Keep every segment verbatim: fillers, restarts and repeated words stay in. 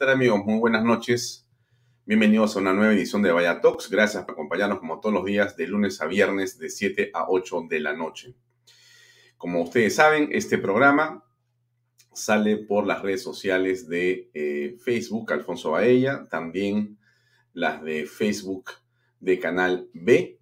tal, amigos? Muy buenas noches. Bienvenidos a una nueva edición de Vaya Talks. Gracias por acompañarnos como todos los días de lunes a viernes de siete a ocho de la noche. Como ustedes saben, este programa sale por las redes sociales de eh, Facebook, Alfonso Baella, también las de Facebook de Canal B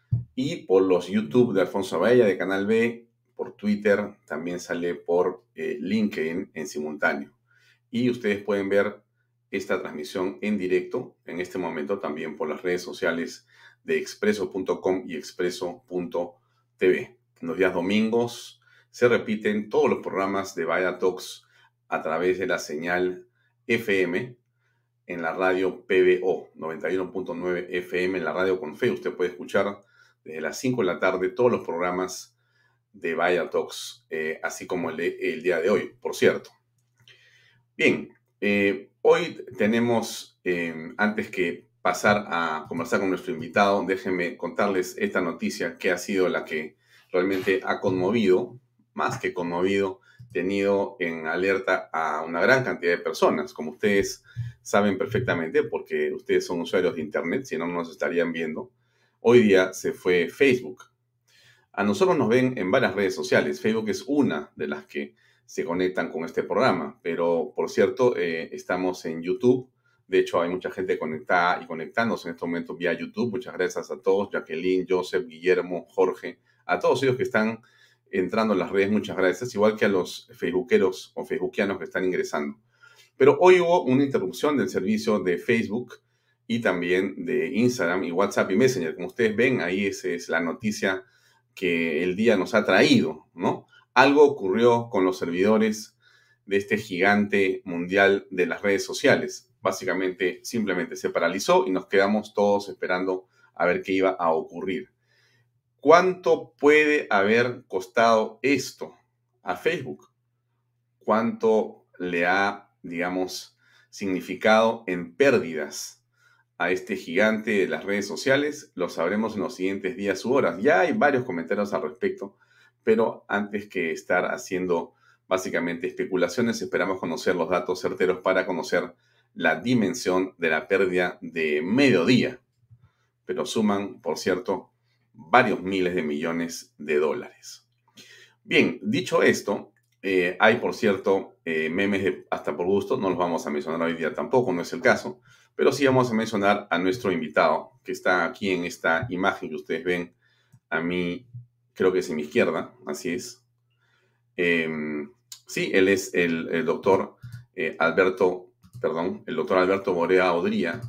y por los YouTube de Alfonso Baella de Canal B, por Twitter, también sale por eh, LinkedIn en simultáneo. Y ustedes pueden ver esta transmisión en directo en este momento también por las redes sociales de expreso punto com y expreso punto t v. Los días domingos se repiten todos los programas de Vaya Talks a través de la señal F M en la radio P B O noventa y uno punto nueve F M, en la radio con fe. Usted puede escuchar desde las cinco de la tarde todos los programas de Vaya Talks, eh, así como el, de, el día de hoy, por cierto. Bien, eh, hoy tenemos, eh, antes que pasar a conversar con nuestro invitado, déjenme contarles esta noticia que ha sido la que realmente ha conmovido, más que conmovido, tenido en alerta a una gran cantidad de personas. Como ustedes saben perfectamente, porque ustedes son usuarios de Internet, si no nos estarían viendo, hoy día se fue Facebook. A nosotros nos ven en varias redes sociales. Facebook es una de las que se conectan con este programa, pero por cierto, eh, estamos en YouTube. De hecho, hay mucha gente conectada y conectándose en este momento vía YouTube. Muchas gracias a todos, Jacqueline, Joseph, Guillermo, Jorge, a todos ellos que están entrando en las redes, muchas gracias, igual que a los facebookeros o facebookianos que están ingresando. Pero hoy hubo una interrupción del servicio de Facebook y también de Instagram y WhatsApp y Messenger. Como ustedes ven, ahí esa es la noticia que el día nos ha traído, ¿no? Algo ocurrió con los servidores de este gigante mundial de las redes sociales. Básicamente, simplemente se paralizó y nos quedamos todos esperando a ver qué iba a ocurrir. ¿Cuánto puede haber costado esto a Facebook? ¿Cuánto le ha, digamos, significado en pérdidas a este gigante de las redes sociales? Lo sabremos en los siguientes días u horas. Ya hay varios comentarios al respecto, pero antes que estar haciendo básicamente especulaciones, esperamos conocer los datos certeros para conocer la dimensión de la pérdida de mediodía. Pero suman, por cierto, varios miles de millones de dólares. Bien, dicho esto, eh, hay, por cierto, eh, memes de hasta por gusto. No los vamos a mencionar hoy día tampoco, no es el caso. Pero sí vamos a mencionar a nuestro invitado, que está aquí en esta imagen que ustedes ven a mí, creo que es en mi izquierda, así es. Eh, sí, él es el, el doctor eh, Alberto, perdón, el doctor Alberto Borea Odría,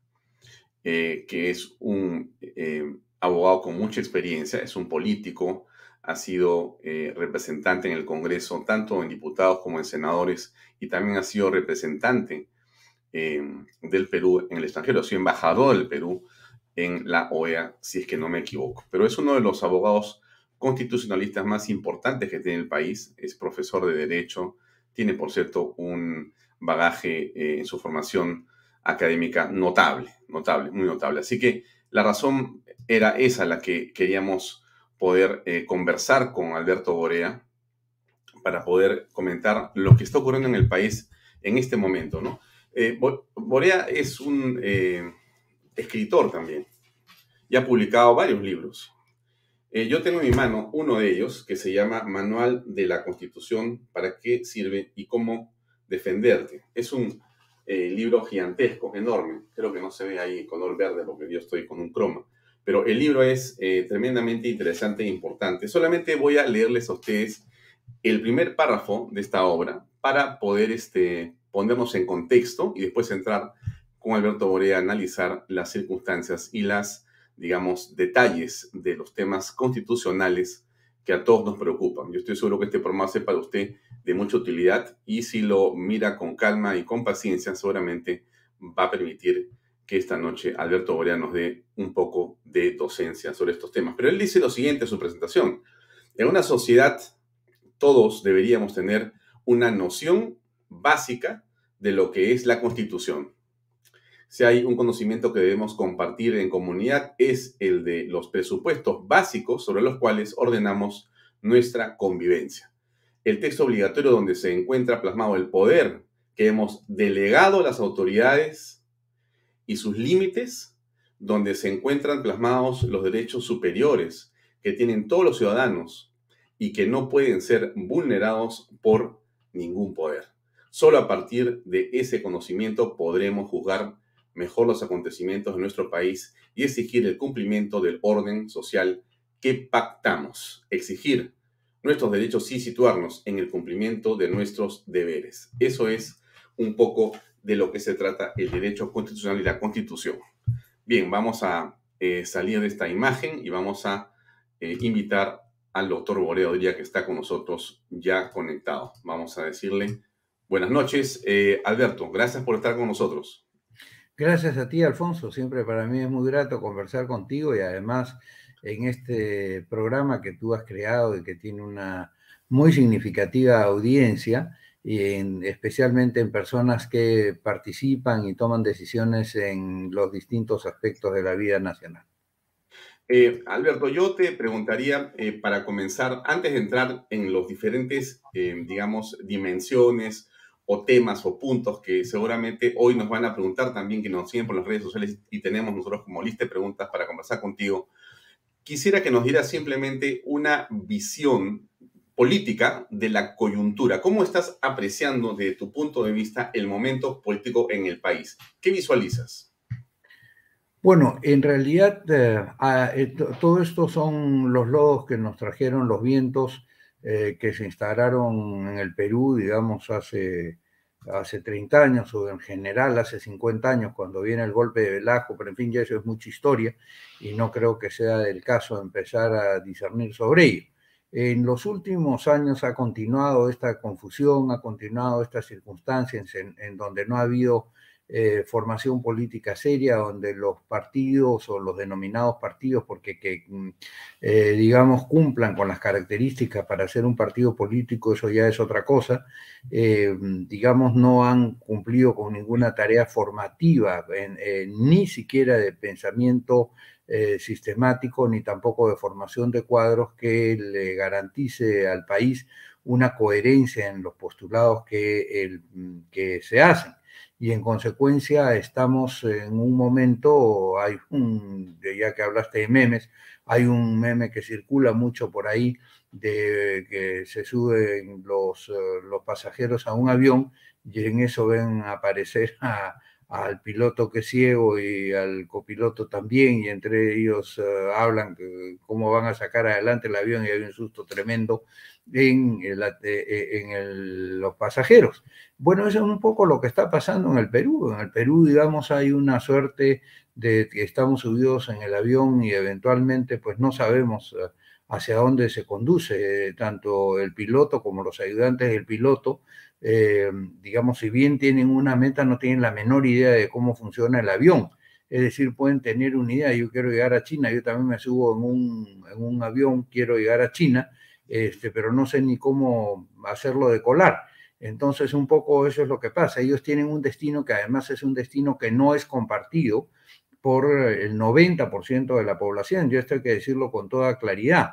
eh, que es un eh, abogado con mucha experiencia, es un político, ha sido eh, representante en el Congreso, tanto en diputados como en senadores, y también ha sido representante eh, del Perú en el extranjero, ha sido embajador del Perú en la O E A, si es que no me equivoco. Pero es uno de los abogados constitucionalistas más importantes que tiene el país, es profesor de Derecho, tiene, por cierto, un bagaje eh, en su formación académica notable, notable, muy notable. Así que la razón era esa, la que queríamos poder eh, conversar con Alberto Borea para poder comentar lo que está ocurriendo en el país en este momento, ¿no? Eh, Borea es un eh, escritor también y ha publicado varios libros. Eh, yo tengo en mi mano uno de ellos que se llama Manual de la Constitución, ¿para qué sirve y cómo defenderte? Es un eh, libro gigantesco, enorme. Creo que no se ve ahí en color verde porque yo estoy con un croma. Pero el libro es eh, tremendamente interesante e importante. Solamente voy a leerles a ustedes el primer párrafo de esta obra para poder este, ponernos en contexto y después entrar con Alberto Borea a analizar las circunstancias y las, digamos, detalles de los temas constitucionales que a todos nos preocupan. Yo estoy seguro que este programa va a ser para usted de mucha utilidad y si lo mira con calma y con paciencia, seguramente va a permitir que esta noche Alberto Borea nos dé un poco de docencia sobre estos temas. Pero él dice lo siguiente en su presentación. En una sociedad, todos deberíamos tener una noción básica de lo que es la Constitución. Si hay un conocimiento que debemos compartir en comunidad, es el de los presupuestos básicos sobre los cuales ordenamos nuestra convivencia. El texto obligatorio donde se encuentra plasmado el poder que hemos delegado a las autoridades y sus límites, donde se encuentran plasmados los derechos superiores que tienen todos los ciudadanos y que no pueden ser vulnerados por ningún poder. Solo a partir de ese conocimiento podremos juzgar mejor los acontecimientos de nuestro país y exigir el cumplimiento del orden social que pactamos. Exigir nuestros derechos y situarnos en el cumplimiento de nuestros deberes. Eso es un poco de lo que se trata el derecho constitucional y la Constitución. Bien, vamos a eh, salir de esta imagen y vamos a eh, invitar al doctor Boredo, ya que está con nosotros ya conectado. Vamos a decirle buenas noches. Eh, Alberto, gracias por estar con nosotros. Gracias a ti, Alfonso. Siempre para mí es muy grato conversar contigo y además en este programa que tú has creado y que tiene una muy significativa audiencia, y en, especialmente en personas que participan y toman decisiones en los distintos aspectos de la vida nacional. Eh, Alberto, yo te preguntaría, eh, para comenzar, antes de entrar en los diferentes, eh, digamos, dimensiones o temas o puntos que seguramente hoy nos van a preguntar también, que nos siguen por las redes sociales y tenemos nosotros como lista de preguntas para conversar contigo, quisiera que nos dieras simplemente una visión política de la coyuntura. ¿Cómo estás apreciando desde tu punto de vista el momento político en el país? ¿Qué visualizas? Bueno, en realidad eh, ah, eh, to- todo esto son los lodos que nos trajeron los vientos eh, que se instalaron en el Perú, digamos, hace, hace treinta años, o en general hace cincuenta años, cuando viene el golpe de Velasco, pero en fin, ya eso es mucha historia y no creo que sea del caso empezar a discernir sobre ello. En los últimos años ha continuado esta confusión, ha continuado estas circunstancias en, en donde no ha habido eh, formación política seria, donde los partidos o los denominados partidos, porque que, eh, digamos, cumplan con las características para ser un partido político, eso ya es otra cosa, eh, digamos, no han cumplido con ninguna tarea formativa, en, eh, ni siquiera de pensamiento eh, sistemático, ni tampoco de formación de cuadros que le garantice al país una coherencia en los postulados que, el, que se hacen. Y en consecuencia estamos en un momento, hay un, ya que hablaste de memes, hay un meme que circula mucho por ahí de que se suben los, los pasajeros a un avión y en eso ven aparecer a, al piloto que es ciego y al copiloto también, y entre ellos uh, hablan que cómo van a sacar adelante el avión, y hay un susto tremendo en, el, en el, los pasajeros. Bueno, eso es un poco lo que está pasando en el Perú. En el Perú, digamos, hay una suerte de que estamos subidos en el avión y eventualmente pues no sabemos hacia dónde se conduce, tanto el piloto como los ayudantes del piloto. Eh, digamos, si bien tienen una meta, no tienen la menor idea de cómo funciona el avión. Es decir, pueden tener una idea, yo quiero llegar a China, yo también me subo en un, en un avión, quiero llegar a China, este, pero no sé ni cómo hacerlo decolar. Entonces, un poco eso es lo que pasa. Ellos tienen un destino que además es un destino que no es compartido por el noventa por ciento de la población. Yo esto hay que decirlo con toda claridad.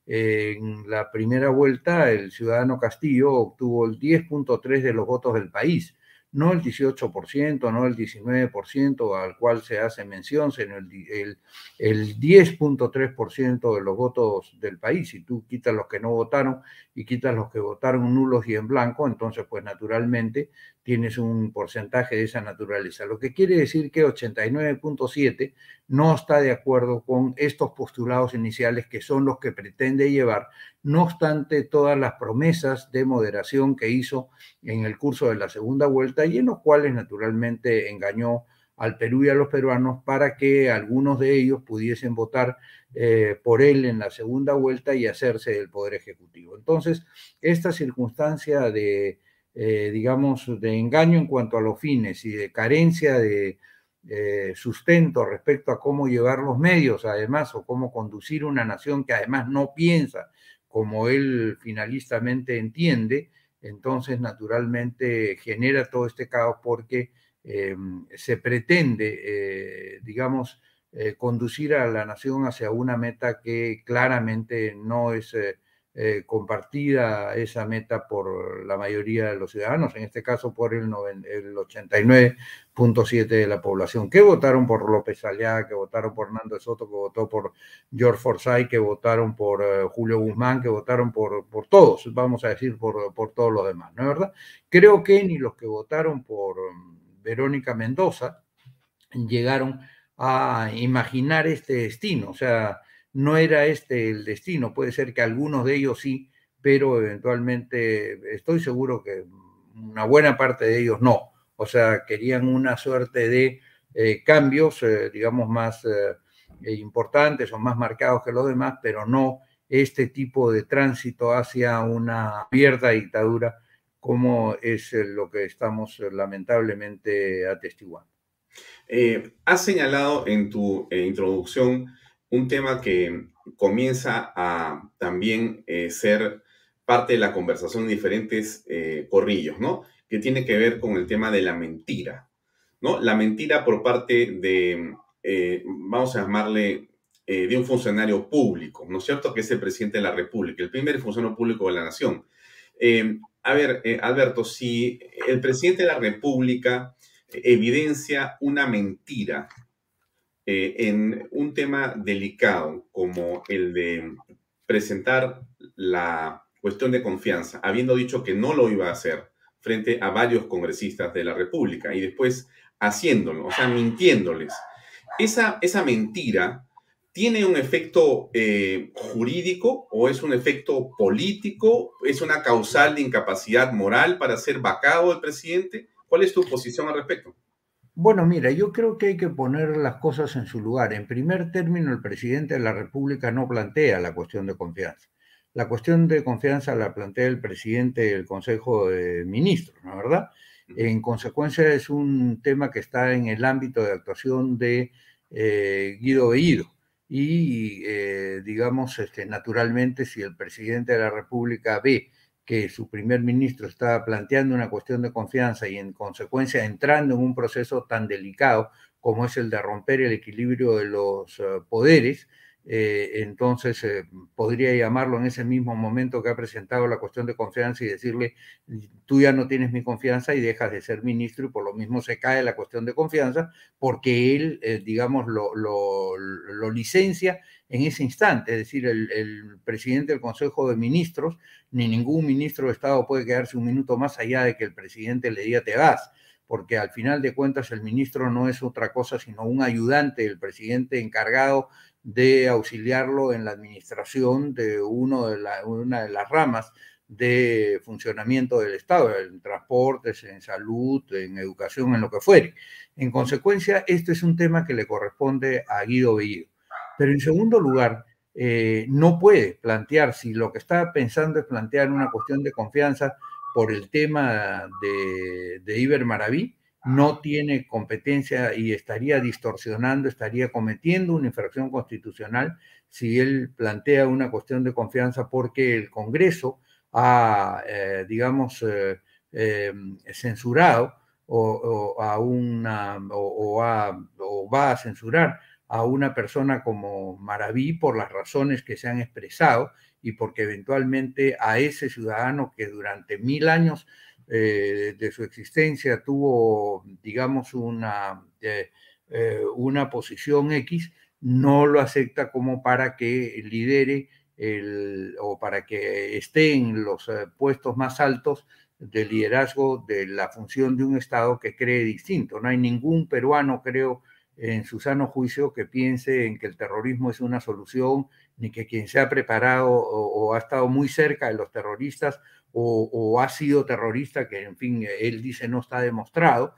En la primera vuelta, el ciudadano Castillo obtuvo el diez punto tres de los votos del país, no el dieciocho por ciento, no el diecinueve por ciento al cual se hace mención, sino el, el, el diez punto tres por ciento de los votos del país. Si tú quitas los que no votaron y quitas los que votaron nulos y en blanco, entonces pues naturalmente tienes un porcentaje de esa naturaleza. Lo que quiere decir que ochenta y nueve punto siete no está de acuerdo con estos postulados iniciales que son los que pretende llevar, no obstante todas las promesas de moderación que hizo en el curso de la segunda vuelta, y en los cuales naturalmente engañó al Perú y a los peruanos para que algunos de ellos pudiesen votar eh, por él en la segunda vuelta y hacerse del Poder Ejecutivo. Entonces, esta circunstancia de, eh, digamos, de engaño en cuanto a los fines y de carencia de eh, sustento respecto a cómo llevar los medios, además, o cómo conducir una nación que además no piensa como él finalistamente entiende, entonces naturalmente genera todo este caos porque eh, se pretende, eh, digamos, eh, conducir a la nación hacia una meta que claramente no es, eh, eh, compartida esa meta por la mayoría de los ciudadanos, en este caso por el, el ochenta y nueve punto siete de la población, que votaron por López Aliaga, que votaron por Hernando de Soto, que votó por George Forsyth, que votaron por uh, Julio Guzmán, que votaron por, por todos, vamos a decir, por, por todos los demás, ¿no es verdad? Creo que ni los que votaron por um, Verónica Mendoza llegaron a imaginar este destino, o sea, no era este el destino, puede ser que algunos de ellos sí, pero eventualmente estoy seguro que una buena parte de ellos no, o sea, querían una suerte de eh, cambios, eh, digamos, más eh, importantes o más marcados que los demás, pero no este tipo de tránsito hacia una abierta dictadura como es lo que estamos lamentablemente atestiguando. Eh, has señalado en tu eh, introducción un tema que comienza a también eh, ser parte de la conversación en diferentes eh, corrillos, ¿no? Que tiene que ver con el tema de la mentira, ¿no? La mentira por parte de, eh, vamos a llamarle, eh, de un funcionario público, ¿no es cierto? Que es el presidente de la República, el primer funcionario público de la nación. Eh, a ver, eh, Alberto, si el presidente de la República evidencia una mentira eh, en un tema delicado como el de presentar la cuestión de confianza, habiendo dicho que no lo iba a hacer frente a varios congresistas de la República y después haciéndolo, o sea, mintiéndoles. Esa, esa mentira tiene un efecto eh, jurídico o es un efecto político, es una causal de incapacidad moral para ser vacado el presidente. ¿Cuál es tu posición al respecto? Bueno, mira, yo creo que hay que poner las cosas en su lugar. En primer término, el presidente de la República no plantea la cuestión de confianza. La cuestión de confianza la plantea el presidente del Consejo de Ministros, ¿no es verdad? En consecuencia, es un tema que está en el ámbito de actuación de eh, Guido Bellido. Y, eh, digamos, este, naturalmente, si el presidente de la República ve que su primer ministro está planteando una cuestión de confianza y en consecuencia entrando en un proceso tan delicado como es el de romper el equilibrio de los uh, poderes, eh, entonces eh, podría llamarlo en ese mismo momento que ha presentado la cuestión de confianza y decirle, tú ya no tienes mi confianza y dejas de ser ministro y por lo mismo se cae la cuestión de confianza porque él, eh, digamos, lo, lo, lo licencia en ese instante, es decir, el, el presidente del Consejo de Ministros, ni ningún ministro de Estado puede quedarse un minuto más allá de que el presidente le diga te vas, porque al final de cuentas el ministro no es otra cosa sino un ayudante del presidente encargado de auxiliarlo en la administración de uno de la, una de las ramas de funcionamiento del Estado, en transportes, en salud, en educación, en lo que fuere. En consecuencia, este es un tema que le corresponde a Guido Bellido. Pero en segundo lugar, eh, no puede plantear, si lo que está pensando es plantear una cuestión de confianza por el tema de, de Iber Maraví, no tiene competencia y estaría distorsionando, estaría cometiendo una infracción constitucional si él plantea una cuestión de confianza porque el Congreso ha, eh, digamos, eh, eh, censurado o, o, a una, o, o, a, o va a censurar a una persona como Maraví por las razones que se han expresado y porque eventualmente a ese ciudadano que durante mil años eh, de su existencia tuvo, digamos, una, eh, eh, una posición X, no lo acepta como para que lidere el, o para que esté en los eh, puestos más altos de liderazgo de la función de un Estado que cree distinto. No hay ningún peruano, creo, en su sano juicio que piense en que el terrorismo es una solución, ni que quien se ha preparado o, o ha estado muy cerca de los terroristas o, o, ha sido terrorista, que en fin, él dice no está demostrado.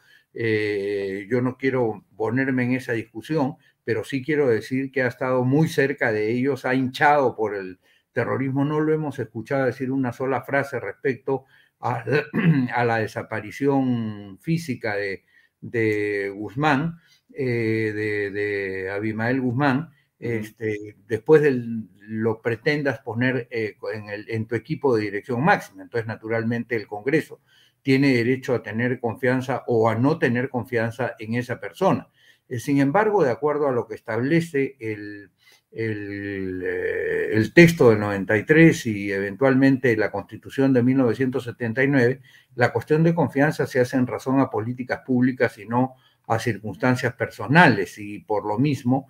Eh, yo no quiero ponerme en esa discusión, pero sí quiero decir que ha estado muy cerca de ellos, ha hinchado por el terrorismo. No lo hemos escuchado decir una sola frase respecto a, a la desaparición física de, de Guzmán, eh, de, de Abimael Guzmán, este, después de lo pretendas poner eh, en, el, en tu equipo de dirección máxima. Entonces, naturalmente, el Congreso tiene derecho a tener confianza o a no tener confianza en esa persona. Eh, sin embargo, de acuerdo a lo que establece el, el, eh, el texto del noventa y tres y eventualmente la Constitución de mil novecientos setenta y nueve, la cuestión de confianza se hace en razón a políticas públicas y no a circunstancias personales, y por lo mismo,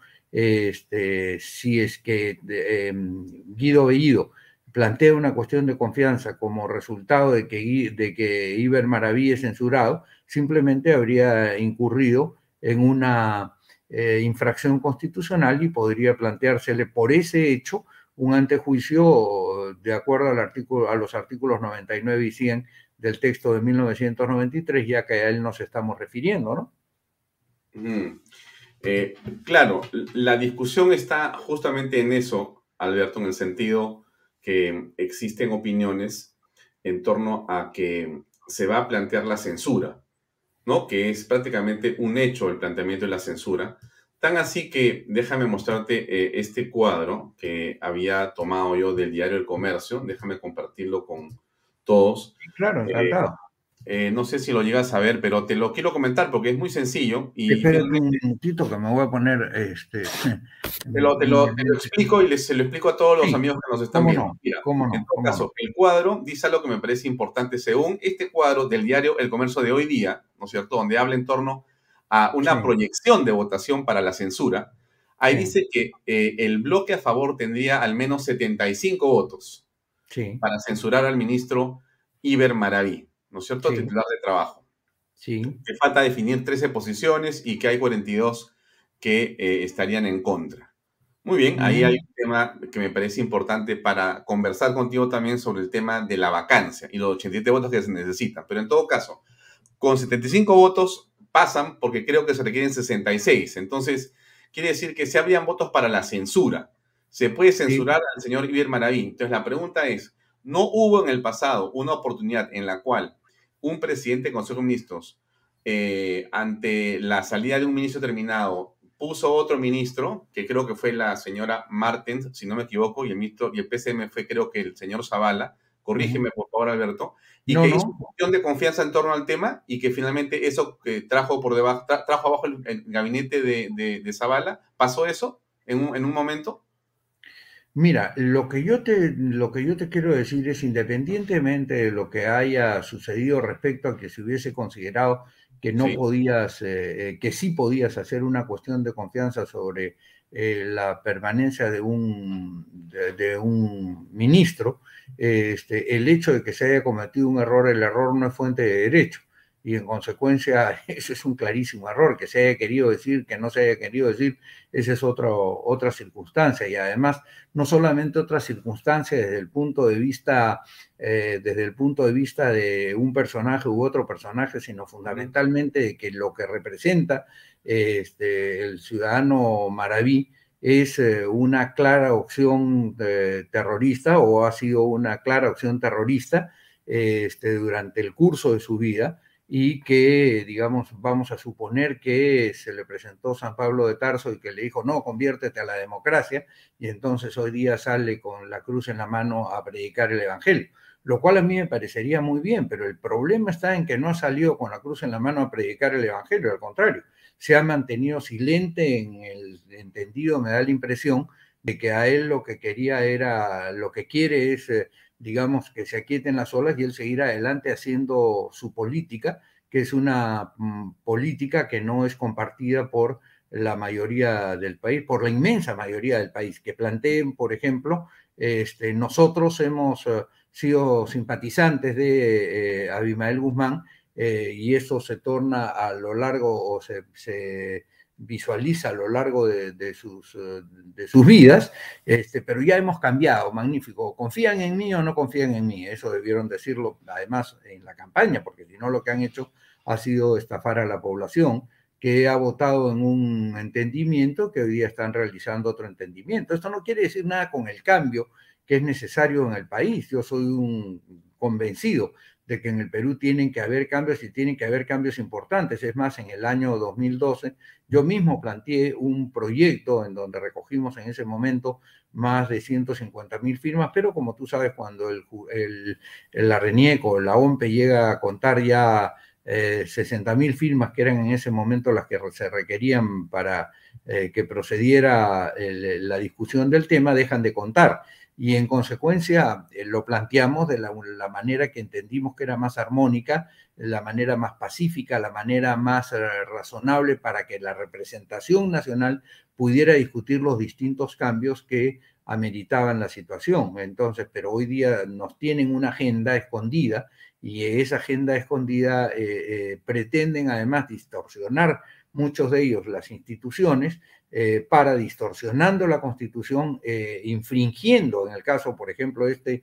este, si es que eh, Guido Bellido plantea una cuestión de confianza como resultado de que, de que Iber Maraví es censurado, simplemente habría incurrido en una eh, infracción constitucional y podría planteársele por ese hecho un antejuicio de acuerdo al artículo, a los artículos noventa y nueve y cien del texto de mil novecientos noventa y tres, ya que a él nos estamos refiriendo, ¿no? Mm. Eh, claro, la discusión está justamente en eso, Alberto, en el sentido que existen opiniones en torno a que se va a plantear la censura, ¿no? Que es prácticamente un hecho el planteamiento de la censura. Tan así que déjame mostrarte eh, este cuadro que había tomado yo del diario El Comercio. Déjame compartirlo con todos. Sí, claro, Eh, encantado. eh, no sé si lo llegas a ver, pero te lo quiero comentar porque es muy sencillo y Espérate finalmente un minutito que me voy a poner este, te lo, te lo- te lo mínimamente. explico y les, se lo explico a todos los Sí, amigos que nos están cómo viendo. no, Mira, cómo en no, todo cómo no. caso, el cuadro dice algo que me parece importante. Según este cuadro del diario El Comercio de hoy día, ¿no es cierto?, donde habla en torno a una Sí, proyección de votación para la censura, ahí sí, dice que eh, el bloque a favor tendría al menos setenta y cinco votos sí, para censurar al ministro Iber Maraví, ¿no es cierto?, sí, titular de trabajo. sí. Que falta definir trece posiciones y que hay cuarenta y dos que eh, estarían en contra. Muy bien, ahí hay Mm, un tema que me parece importante para conversar contigo también sobre el tema de la vacancia y los ochenta y siete votos que se necesitan. Pero en todo caso, con setenta y cinco votos pasan porque creo que se requieren sesenta y seis. Entonces, quiere decir que se habrían votos para la censura. Se puede sí, censurar al señor Iber Maraví. Entonces, la pregunta es, ¿no hubo en el pasado una oportunidad en la cual un presidente del Consejo de Ministros, eh, ante la salida de un ministro terminado, puso otro ministro, que creo que fue la señora Martens, si no me equivoco, y el, ministro, y el P C M fue creo que el señor Zavala, ujú. corrígeme por favor Alberto, y No, que hizo no. cuestión de confianza en torno al tema y que finalmente eso que trajo por debajo, tra trajo abajo el, el gabinete de, de, de, Zavala, ¿pasó eso en un, en un momento? Mira, lo que yo te, lo que yo te quiero decir es, independientemente de lo que haya sucedido respecto a que se hubiese considerado que no Sí. podías, eh, eh, que sí podías hacer una cuestión de confianza sobre eh, la permanencia de un, de, de un ministro, eh, este, el hecho de que se haya cometido un error, el error no es fuente de derecho. Y en consecuencia, eso es un clarísimo error, que se haya querido decir, que no se haya querido decir, esa es otro, otra circunstancia. Y además, no solamente otras circunstancias desde el punto de vista, eh, desde el punto de vista de un personaje u otro personaje, sino Uh-huh. fundamentalmente de que lo que representa eh, este, el ciudadano Maraví es eh, una clara opción eh, terrorista, o ha sido una clara opción terrorista eh, este, durante el curso de su vida, y que, digamos, vamos a suponer que se le presentó San Pablo de Tarso y que le dijo, no, conviértete a la democracia, y entonces hoy día sale con la cruz en la mano a predicar el Evangelio, lo cual a mí me parecería muy bien, pero el problema está en que no ha salido con la cruz en la mano a predicar el Evangelio, al contrario, se ha mantenido silente en el entendido, me da la impresión de que a él lo que quería era, lo que quiere es, eh, digamos, que se aquieten las olas y él seguir adelante haciendo su política, que es una mm, política que no es compartida por la mayoría del país, por la inmensa mayoría del país, que planteen, por ejemplo, este, nosotros hemos uh, sido simpatizantes de eh, Abimael Guzmán eh, y eso se torna a lo largo o se, se visualiza a lo largo de, de, sus, de sus vidas, este, pero ya hemos cambiado, magnífico. ¿Confían en mí o no confían en mí? Eso debieron decirlo además en la campaña, porque si no lo que han hecho ha sido estafar a la población, que ha votado en un entendimiento que hoy día están realizando otro entendimiento. Esto no quiere decir nada con el cambio que es necesario en el país. Yo soy un convencido de que en el Perú tienen que haber cambios y tienen que haber cambios importantes. Es más, en el año dos mil doce yo mismo planteé un proyecto en donde recogimos en ese momento más de ciento cincuenta mil firmas, pero como tú sabes, cuando el, el, el la RENIEC o la O M P E llega a contar ya eh, sesenta mil firmas que eran en ese momento las que se requerían para eh, que procediera el, la discusión del tema, dejan de contar. Y en consecuencia eh, lo planteamos de la, la manera que entendimos que era más armónica, la manera más pacífica, la manera más eh, razonable para que la representación nacional pudiera discutir los distintos cambios que ameritaban la situación. Entonces, pero hoy día nos tienen una agenda escondida y esa agenda escondida eh, eh, pretenden además distorsionar muchos de ellos las instituciones eh, para distorsionando la Constitución, eh, infringiendo, en el caso, por ejemplo, este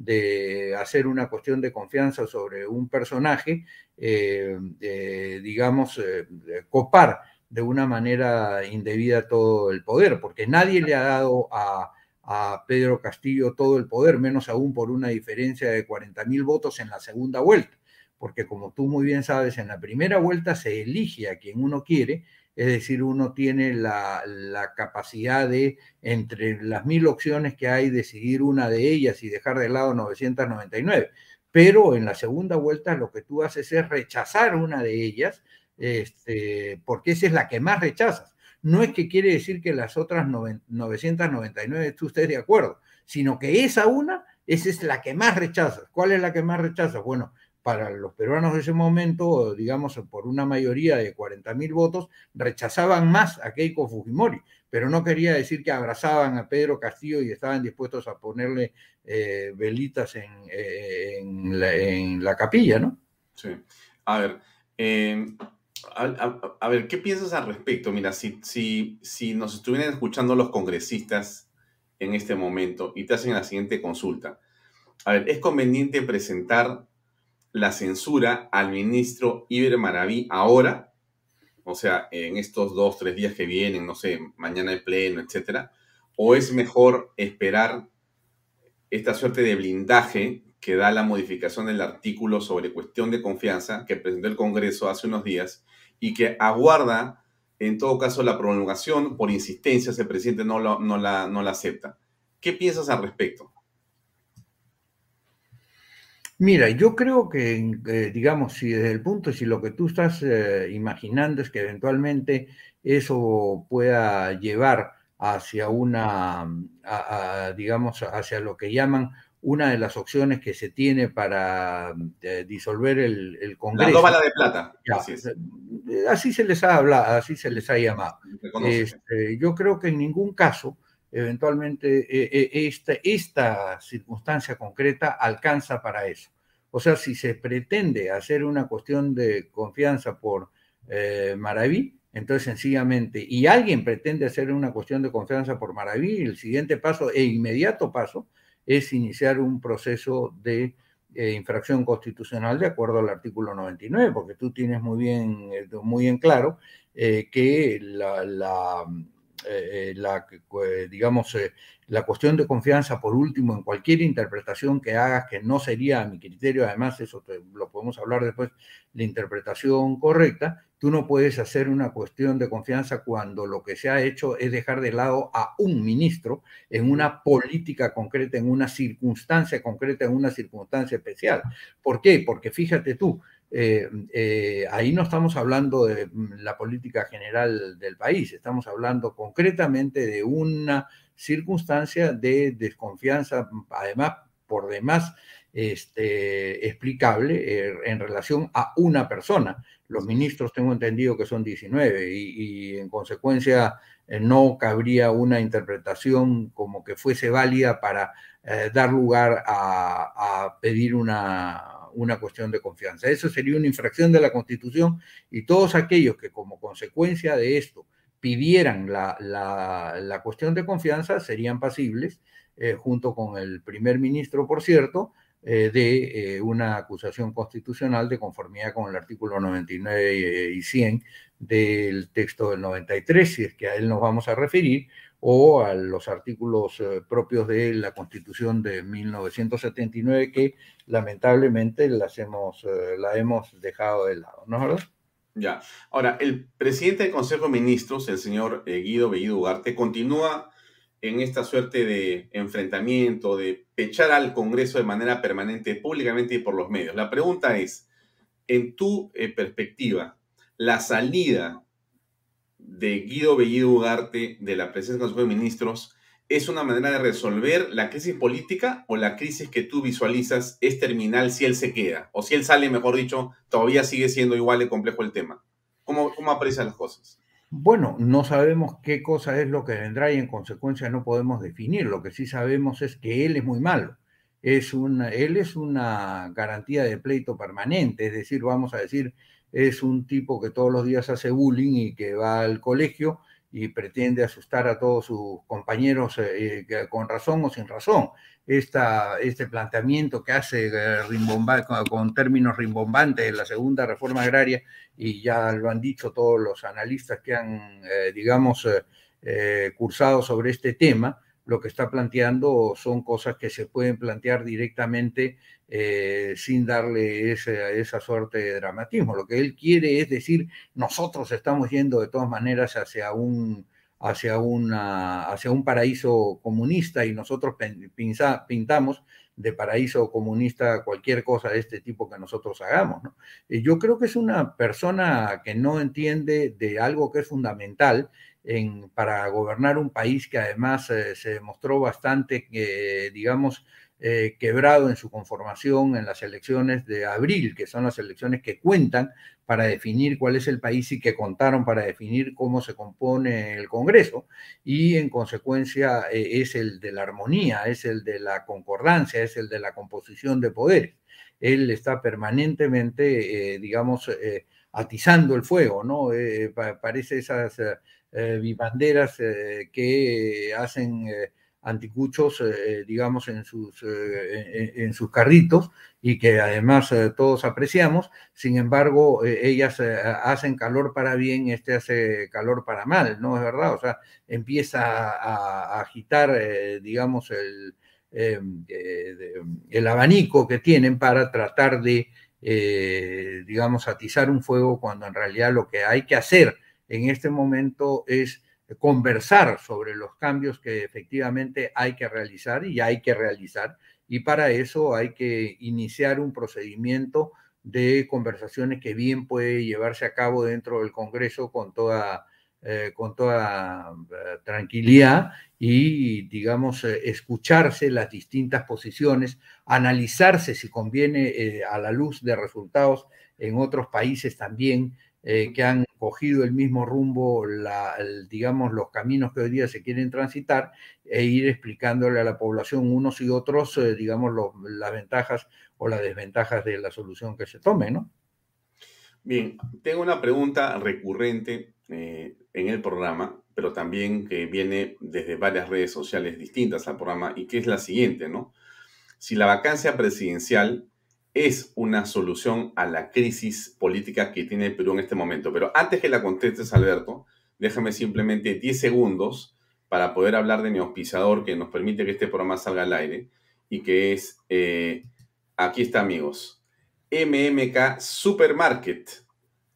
de hacer una cuestión de confianza sobre un personaje, eh, eh, digamos, eh, copar de una manera indebida todo el poder, porque nadie le ha dado a, a Pedro Castillo todo el poder, menos aún por una diferencia de cuarenta mil votos en la segunda vuelta, porque como tú muy bien sabes, en la primera vuelta se elige a quien uno quiere, es decir, uno tiene la, la capacidad de, entre las mil opciones que hay, decidir una de ellas y dejar de lado novecientas noventa y nueve. Pero en la segunda vuelta lo que tú haces es rechazar una de ellas, este, porque esa es la que más rechazas. No es que quiere decir que las otras novecientas noventa y nueve tú estés de acuerdo, sino que esa una, esa es la que más rechazas. ¿Cuál es la que más rechazas? Bueno, para los peruanos de ese momento, digamos, por una mayoría de cuarenta mil votos, rechazaban más a Keiko Fujimori, pero no quería decir que abrazaban a Pedro Castillo y estaban dispuestos a ponerle eh, velitas en, eh, en, la, en, la, capilla, ¿no? Sí. A ver, eh, a, a, a, ver, ¿qué piensas al respecto? Mira, si, si, si nos estuvieran escuchando los congresistas en este momento y te hacen la siguiente consulta. A ver, ¿es conveniente presentar la censura al ministro Iber Maraví ahora? O sea, en estos dos, tres días que vienen, no sé, mañana el pleno, etcétera. ¿O es mejor esperar esta suerte de blindaje que da la modificación del artículo sobre cuestión de confianza que presentó el Congreso hace unos días y que aguarda, en todo caso, la prolongación por insistencia si el presidente no, lo, no, la, no la acepta? ¿Qué piensas al respecto? Mira, yo creo que, eh, digamos, si desde el punto, si lo que tú estás eh, imaginando es que eventualmente eso pueda llevar hacia una, a, a, digamos, hacia lo que llaman una de las opciones que se tiene para eh, disolver el, el Congreso. Las dos balas de plata, ya, así es. Así se les ha hablado, así se les ha llamado. Reconoce. Este, yo creo que en ningún caso eventualmente eh, eh, esta, esta circunstancia concreta alcanza para eso. O sea, si se pretende hacer una cuestión de confianza por eh, Maraví, entonces sencillamente, y alguien pretende hacer una cuestión de confianza por Maraví, el siguiente paso e inmediato paso es iniciar un proceso de eh, infracción constitucional de acuerdo al artículo noventa y nueve, porque tú tienes muy bien, muy en claro eh, que la, la eh, la, digamos, eh, la cuestión de confianza, por último, en cualquier interpretación que hagas, que no sería a mi criterio, además eso te, lo podemos hablar después, la interpretación correcta, tú no puedes hacer una cuestión de confianza cuando lo que se ha hecho es dejar de lado a un ministro en una política concreta, en una circunstancia concreta, en una circunstancia especial. ¿Por qué? Porque fíjate tú, Eh, eh, ahí no estamos hablando de la política general del país, estamos hablando concretamente de una circunstancia de desconfianza, además por demás este, explicable eh, en relación a una persona. Los ministros tengo entendido que son diecinueve y, y en consecuencia eh, no cabría una interpretación como que fuese válida para eh, dar lugar a, a pedir una una cuestión de confianza. Eso sería una infracción de la Constitución y todos aquellos que como consecuencia de esto pidieran la, la, la cuestión de confianza serían pasibles, eh, junto con el primer ministro, por cierto, eh, de eh, una acusación constitucional de conformidad con el artículo noventa y nueve y cien del texto del noventa y tres, si es que a él nos vamos a referir, o a los artículos eh, propios de la Constitución de mil novecientos setenta y nueve que lamentablemente las hemos, eh, la hemos dejado de lado, ¿no es verdad? Ya. Ahora, el presidente del Consejo de Ministros, el señor eh, Guido Bellido Ugarte, continúa en esta suerte de enfrentamiento, de pechar al Congreso de manera permanente, públicamente y por los medios. La pregunta es, en tu eh, perspectiva, la salida de Guido Bellido Ugarte de la presidencia del Consejo de Ministros es una manera de resolver la crisis política, o la crisis que tú visualizas es terminal si él se queda? O si él sale, mejor dicho, todavía sigue siendo igual de complejo el tema. ¿Cómo, cómo aprecias las cosas? Bueno, no sabemos qué cosa es lo que vendrá y en consecuencia no podemos definir. Lo que sí sabemos es que él es muy malo. Es una, él es una garantía de pleito permanente, es decir, vamos a decir, es un tipo que todos los días hace bullying y que va al colegio y pretende asustar a todos sus compañeros eh, eh, con razón o sin razón. Esta, este planteamiento que hace eh, rimbomba, con, con términos rimbombantes de la segunda reforma agraria, y ya lo han dicho todos los analistas que han, eh, digamos, eh, eh, cursado sobre este tema, lo que está planteando son cosas que se pueden plantear directamente eh, sin darle ese, esa suerte de dramatismo. Lo que él quiere es decir, nosotros estamos yendo de todas maneras hacia un, hacia una, hacia un paraíso comunista y nosotros pinza, pintamos de paraíso comunista cualquier cosa de este tipo que nosotros hagamos, ¿no? Yo creo que es una persona que no entiende de algo que es fundamental en, para gobernar un país que además eh, se demostró bastante, eh, digamos, eh, quebrado en su conformación en las elecciones de abril, que son las elecciones que cuentan para definir cuál es el país y que contaron para definir cómo se compone el Congreso, y en consecuencia eh, es el de la armonía, es el de la concordancia, es el de la composición de poderes. Él está permanentemente, eh, digamos, eh, atizando el fuego, ¿no? Eh, pa parece esas eh, vivanderas eh, que hacen eh, anticuchos, eh, digamos, en sus, eh, en, en sus carritos, y que además eh, todos apreciamos. Sin embargo, eh, ellas eh, hacen calor para bien, este hace calor para mal, ¿no? Es verdad, o sea, empieza a, a agitar, eh, digamos, el, eh, eh, el abanico que tienen para tratar de, eh, digamos, atizar un fuego, cuando en realidad lo que hay que hacer en este momento es conversar sobre los cambios que efectivamente hay que realizar y hay que realizar, y para eso hay que iniciar un procedimiento de conversaciones que bien puede llevarse a cabo dentro del Congreso con toda, eh, con toda eh, tranquilidad, y, digamos, eh, escucharse las distintas posiciones, analizarse si conviene eh, a la luz de resultados en otros países también eh, que han cogido el mismo rumbo, la, el, digamos, los caminos que hoy día se quieren transitar, e ir explicándole a la población unos y otros, eh, digamos, lo, las ventajas o las desventajas de la solución que se tome, ¿no? Bien, tengo una pregunta recurrente eh, en el programa, pero también que viene desde varias redes sociales distintas al programa, y que es la siguiente, ¿no? Si la vacancia presidencial es una solución a la crisis política que tiene el Perú en este momento. Pero antes que la contestes, Alberto, déjame simplemente diez segundos para poder hablar de mi auspiciador que nos permite que este programa salga al aire, y que es, eh, aquí está, amigos, M M K Supermarket.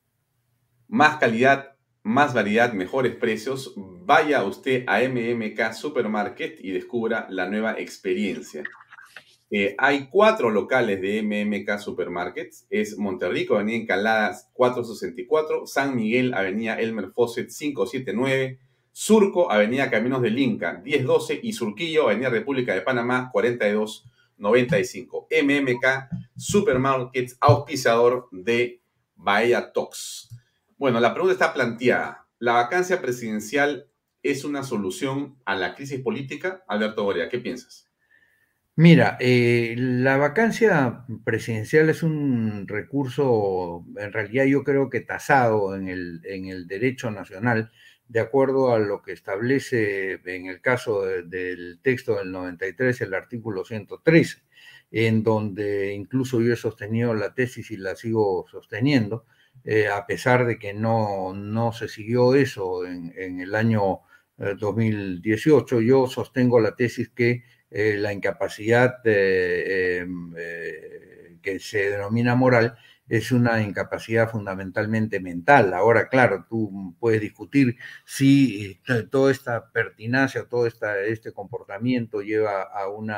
Más calidad, más variedad, mejores precios. Vaya usted a M M K Supermarket y descubra la nueva experiencia. Eh, hay cuatro locales de M M K Supermarkets. Es Monterrico, Avenida Encaladas cuatrocientos sesenta y cuatro, San Miguel, Avenida Elmer Fawcett quinientos setenta y nueve, Surco, Avenida Caminos del Inca diez doce, y Surquillo, Avenida República de Panamá cuarenta y dos noventa y cinco. M M K Supermarkets, auspiciador de Bahía Talks. Bueno, la pregunta está planteada. ¿La vacancia presidencial es una solución a la crisis política? Alberto Borea, ¿qué piensas? Mira, eh, la vacancia presidencial es un recurso, en realidad yo creo que tasado en el, en el derecho nacional, de acuerdo a lo que establece en el caso de, del texto del noventa y tres, el artículo ciento trece, en donde incluso yo he sostenido la tesis y la sigo sosteniendo, eh, a pesar de que no, no se siguió eso en, en el año eh, dos mil dieciocho. Yo sostengo la tesis que Eh, la incapacidad eh, eh, que se denomina moral es una incapacidad fundamentalmente mental. Ahora, claro, tú puedes discutir si toda esta pertinacia, todo esta, este comportamiento lleva a una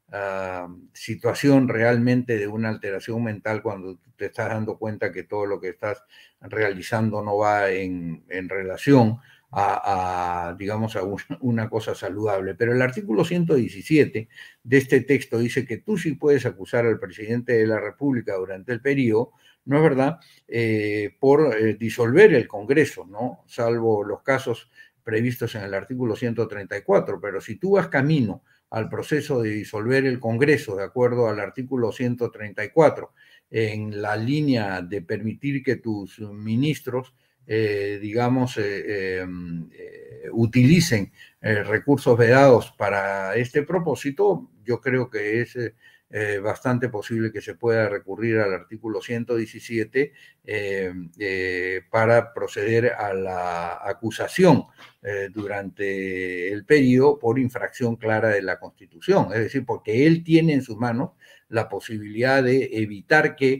uh, situación realmente de una alteración mental cuando te estás dando cuenta que todo lo que estás realizando no va en, en relación a, a, digamos, a una cosa saludable. Pero el artículo ciento diecisiete de este texto dice que tú sí puedes acusar al presidente de la República durante el periodo, ¿no es verdad?, eh, por eh, disolver el Congreso, ¿no?, salvo los casos previstos en el artículo ciento treinta y cuatro, pero si tú vas camino al proceso de disolver el Congreso, de acuerdo al artículo ciento treinta y cuatro, en la línea de permitir que tus ministros, eh, digamos, eh, eh, utilicen eh, recursos vedados para este propósito, yo creo que es eh, bastante posible que se pueda recurrir al artículo ciento diecisiete eh, eh, para proceder a la acusación eh, durante el periodo por infracción clara de la Constitución, es decir, porque él tiene en sus manos la posibilidad de evitar que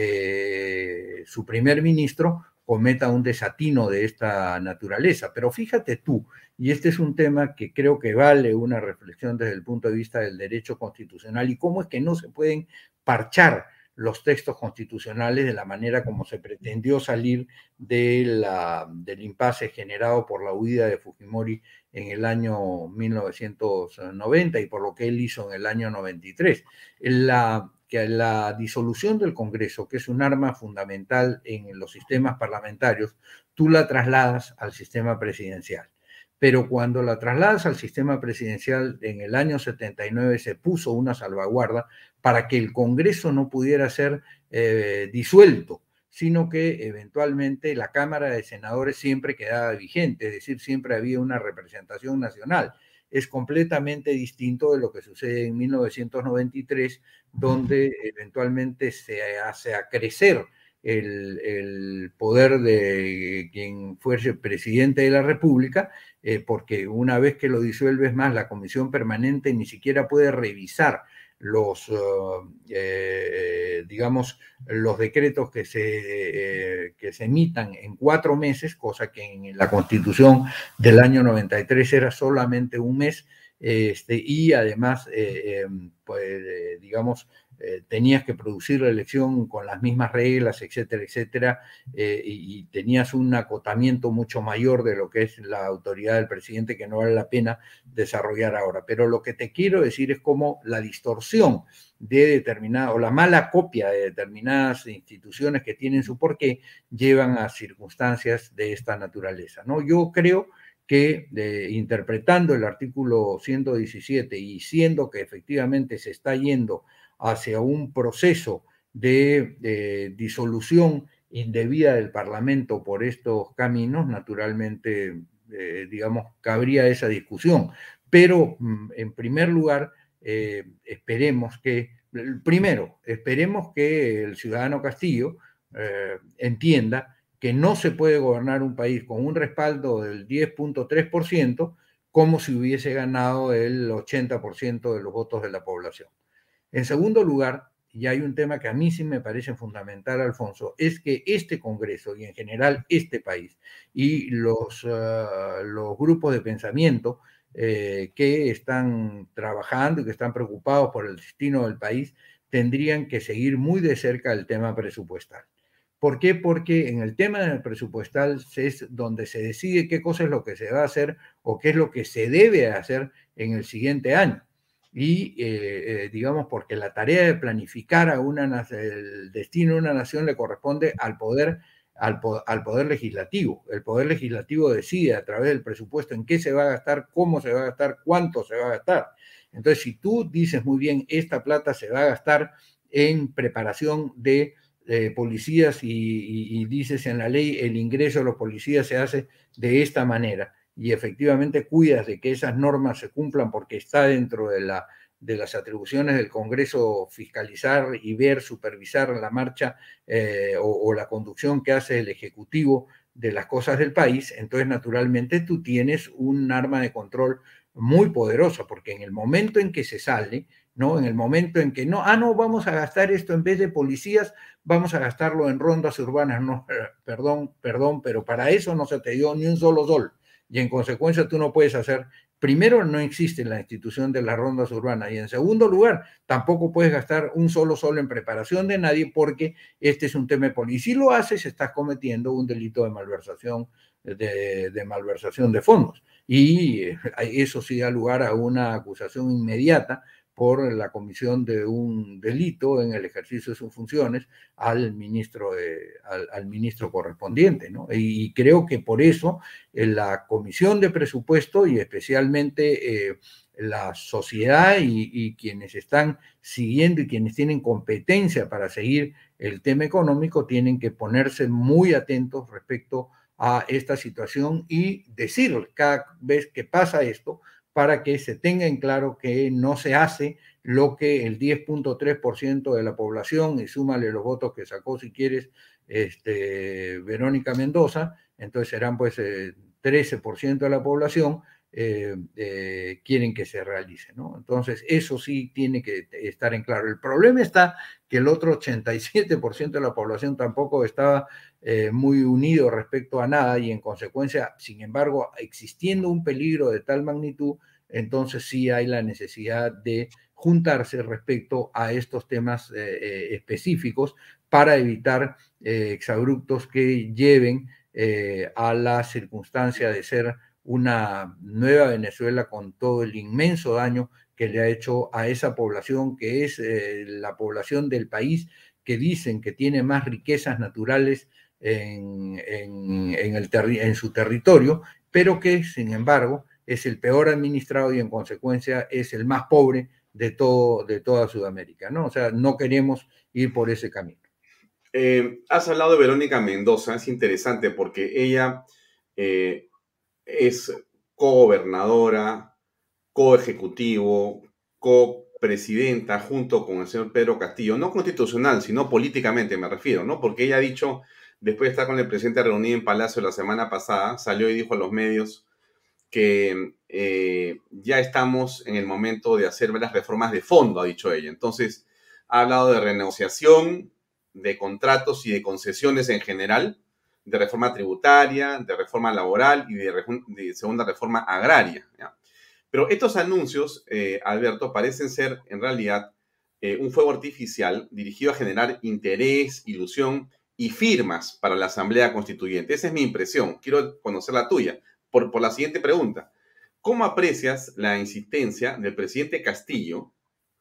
eh, su primer ministro cometa un desatino de esta naturaleza. Pero fíjate tú, y este es un tema que creo que vale una reflexión desde el punto de vista del derecho constitucional y cómo es que no se pueden parchar los textos constitucionales de la manera como se pretendió salir de la, del impasse generado por la huida de Fujimori en el año mil novecientos noventa y por lo que él hizo en el año noventa y tres. La, que la disolución del Congreso, que es un arma fundamental en los sistemas parlamentarios, tú la trasladas al sistema presidencial. Pero cuando la trasladas al sistema presidencial, en el año setenta y nueve se puso una salvaguarda para que el Congreso no pudiera ser eh, disuelto, sino que eventualmente la Cámara de Senadores siempre quedaba vigente, es decir, siempre había una representación nacional. Es completamente distinto de lo que sucede en mil novecientos noventa y tres, donde eventualmente se hace a crecer el, el poder de quien fuese presidente de la República, eh, porque una vez que lo disuelves más, la comisión permanente ni siquiera puede revisar los, uh, eh, digamos, los decretos que se, eh, que se emitan en cuatro meses, cosa que en la Constitución del año noventa y tres era solamente un mes, este, y además, eh, eh, pues, eh, digamos, eh, tenías que producir la elección con las mismas reglas, etcétera, etcétera, eh, y, y tenías un acotamiento mucho mayor de lo que es la autoridad del presidente que no vale la pena desarrollar ahora. Pero lo que te quiero decir es cómo la distorsión de determinadas, o la mala copia de determinadas instituciones que tienen su porqué, llevan a circunstancias de esta naturaleza, ¿no? Yo creo que eh, interpretando el artículo ciento diecisiete y siendo que efectivamente se está yendo hacia un proceso de, de disolución indebida del Parlamento por estos caminos, naturalmente, eh, digamos, cabría esa discusión. Pero, en primer lugar, eh, esperemos que, primero, esperemos que el ciudadano Castillo eh, entienda que no se puede gobernar un país con un respaldo del diez punto tres por ciento como si hubiese ganado el ochenta por ciento de los votos de la población. En segundo lugar, y hay un tema que a mí sí me parece fundamental, Alfonso, es que este Congreso y en general este país y los, uh, los grupos de pensamiento eh, que están trabajando y que están preocupados por el destino del país tendrían que seguir muy de cerca el tema presupuestal. ¿Por qué? Porque en el tema presupuestal es donde se decide qué cosa es lo que se va a hacer o qué es lo que se debe hacer en el siguiente año. Y, eh, eh, digamos, porque la tarea de planificar a una, el destino de una nación le corresponde al poder, al, al poder legislativo. El poder legislativo decide a través del presupuesto en qué se va a gastar, cómo se va a gastar, cuánto se va a gastar. Entonces, si tú dices muy bien, esta plata se va a gastar en preparación de eh, policías y, y, y dices en la ley el ingreso de los policías se hace de esta manera, y efectivamente cuidas de que esas normas se cumplan porque está dentro de, la, de las atribuciones del Congreso fiscalizar y ver, supervisar la marcha eh, o, o la conducción que hace el Ejecutivo de las cosas del país, entonces naturalmente tú tienes un arma de control muy poderosa, porque en el momento en que se sale, ¿no? En el momento en que no, ah, no, vamos a gastar esto en vez de policías, vamos a gastarlo en rondas urbanas, no, perdón, perdón, pero para eso no se te dio ni un solo sol. Y en consecuencia tú no puedes hacer primero, no existe la institución de las rondas urbanas y en segundo lugar, tampoco puedes gastar un solo sol en preparación de nadie porque este es un tema de política. Y si lo haces, estás cometiendo un delito de malversación de, de malversación de fondos. Y eso sí da lugar a una acusación inmediata por la comisión de un delito en el ejercicio de sus funciones al ministro, de, al, al ministro correspondiente, ¿no? Y, y creo que por eso en la Comisión de Presupuesto y especialmente eh, la sociedad y, y quienes están siguiendo y quienes tienen competencia para seguir el tema económico tienen que ponerse muy atentos respecto a esta situación y decir cada vez que pasa esto, para que se tenga en claro que no se hace lo que el diez punto tres por ciento de la población, y súmale los votos que sacó, si quieres, este, Verónica Mendoza, entonces serán pues eh, trece por ciento de la población, eh, eh, quieren que se realice, ¿no? Entonces, eso sí tiene que estar en claro. El problema está que el otro ochenta y siete por ciento de la población tampoco estaba eh, muy unido respecto a nada y en consecuencia, sin embargo, existiendo un peligro de tal magnitud, entonces sí hay la necesidad de juntarse respecto a estos temas eh, eh, específicos para evitar eh, exabruptos que lleven eh, a la circunstancia de ser una nueva Venezuela con todo el inmenso daño que le ha hecho a esa población que es eh, la población del país que dicen que tiene más riquezas naturales en, en, en, el en su territorio, pero que sin embargo es el peor administrado y en consecuencia es el más pobre de, todo, de toda Sudamérica, ¿no? O sea, no queremos ir por ese camino. Eh, has hablado de Verónica Mendoza, es interesante porque ella eh, es co-gobernadora, co-ejecutivo, co-presidenta junto con el señor Pedro Castillo, no constitucional, sino políticamente me refiero, ¿no? Porque ella ha dicho, después de estar con el presidente reunido en Palacio la semana pasada, salió y dijo a los medios que eh, ya estamos en el momento de hacer las reformas de fondo, ha dicho ella. Entonces, ha hablado de renegociación, de contratos y de concesiones en general, de reforma tributaria, de reforma laboral y de, de segunda reforma agraria, ¿ya? Pero estos anuncios, eh, Alberto, parecen ser en realidad eh, un fuego artificial dirigido a generar interés, ilusión y firmas para la Asamblea Constituyente. Esa es mi impresión. Quiero conocer la tuya. Por, por la siguiente pregunta. ¿Cómo aprecias la insistencia del presidente Castillo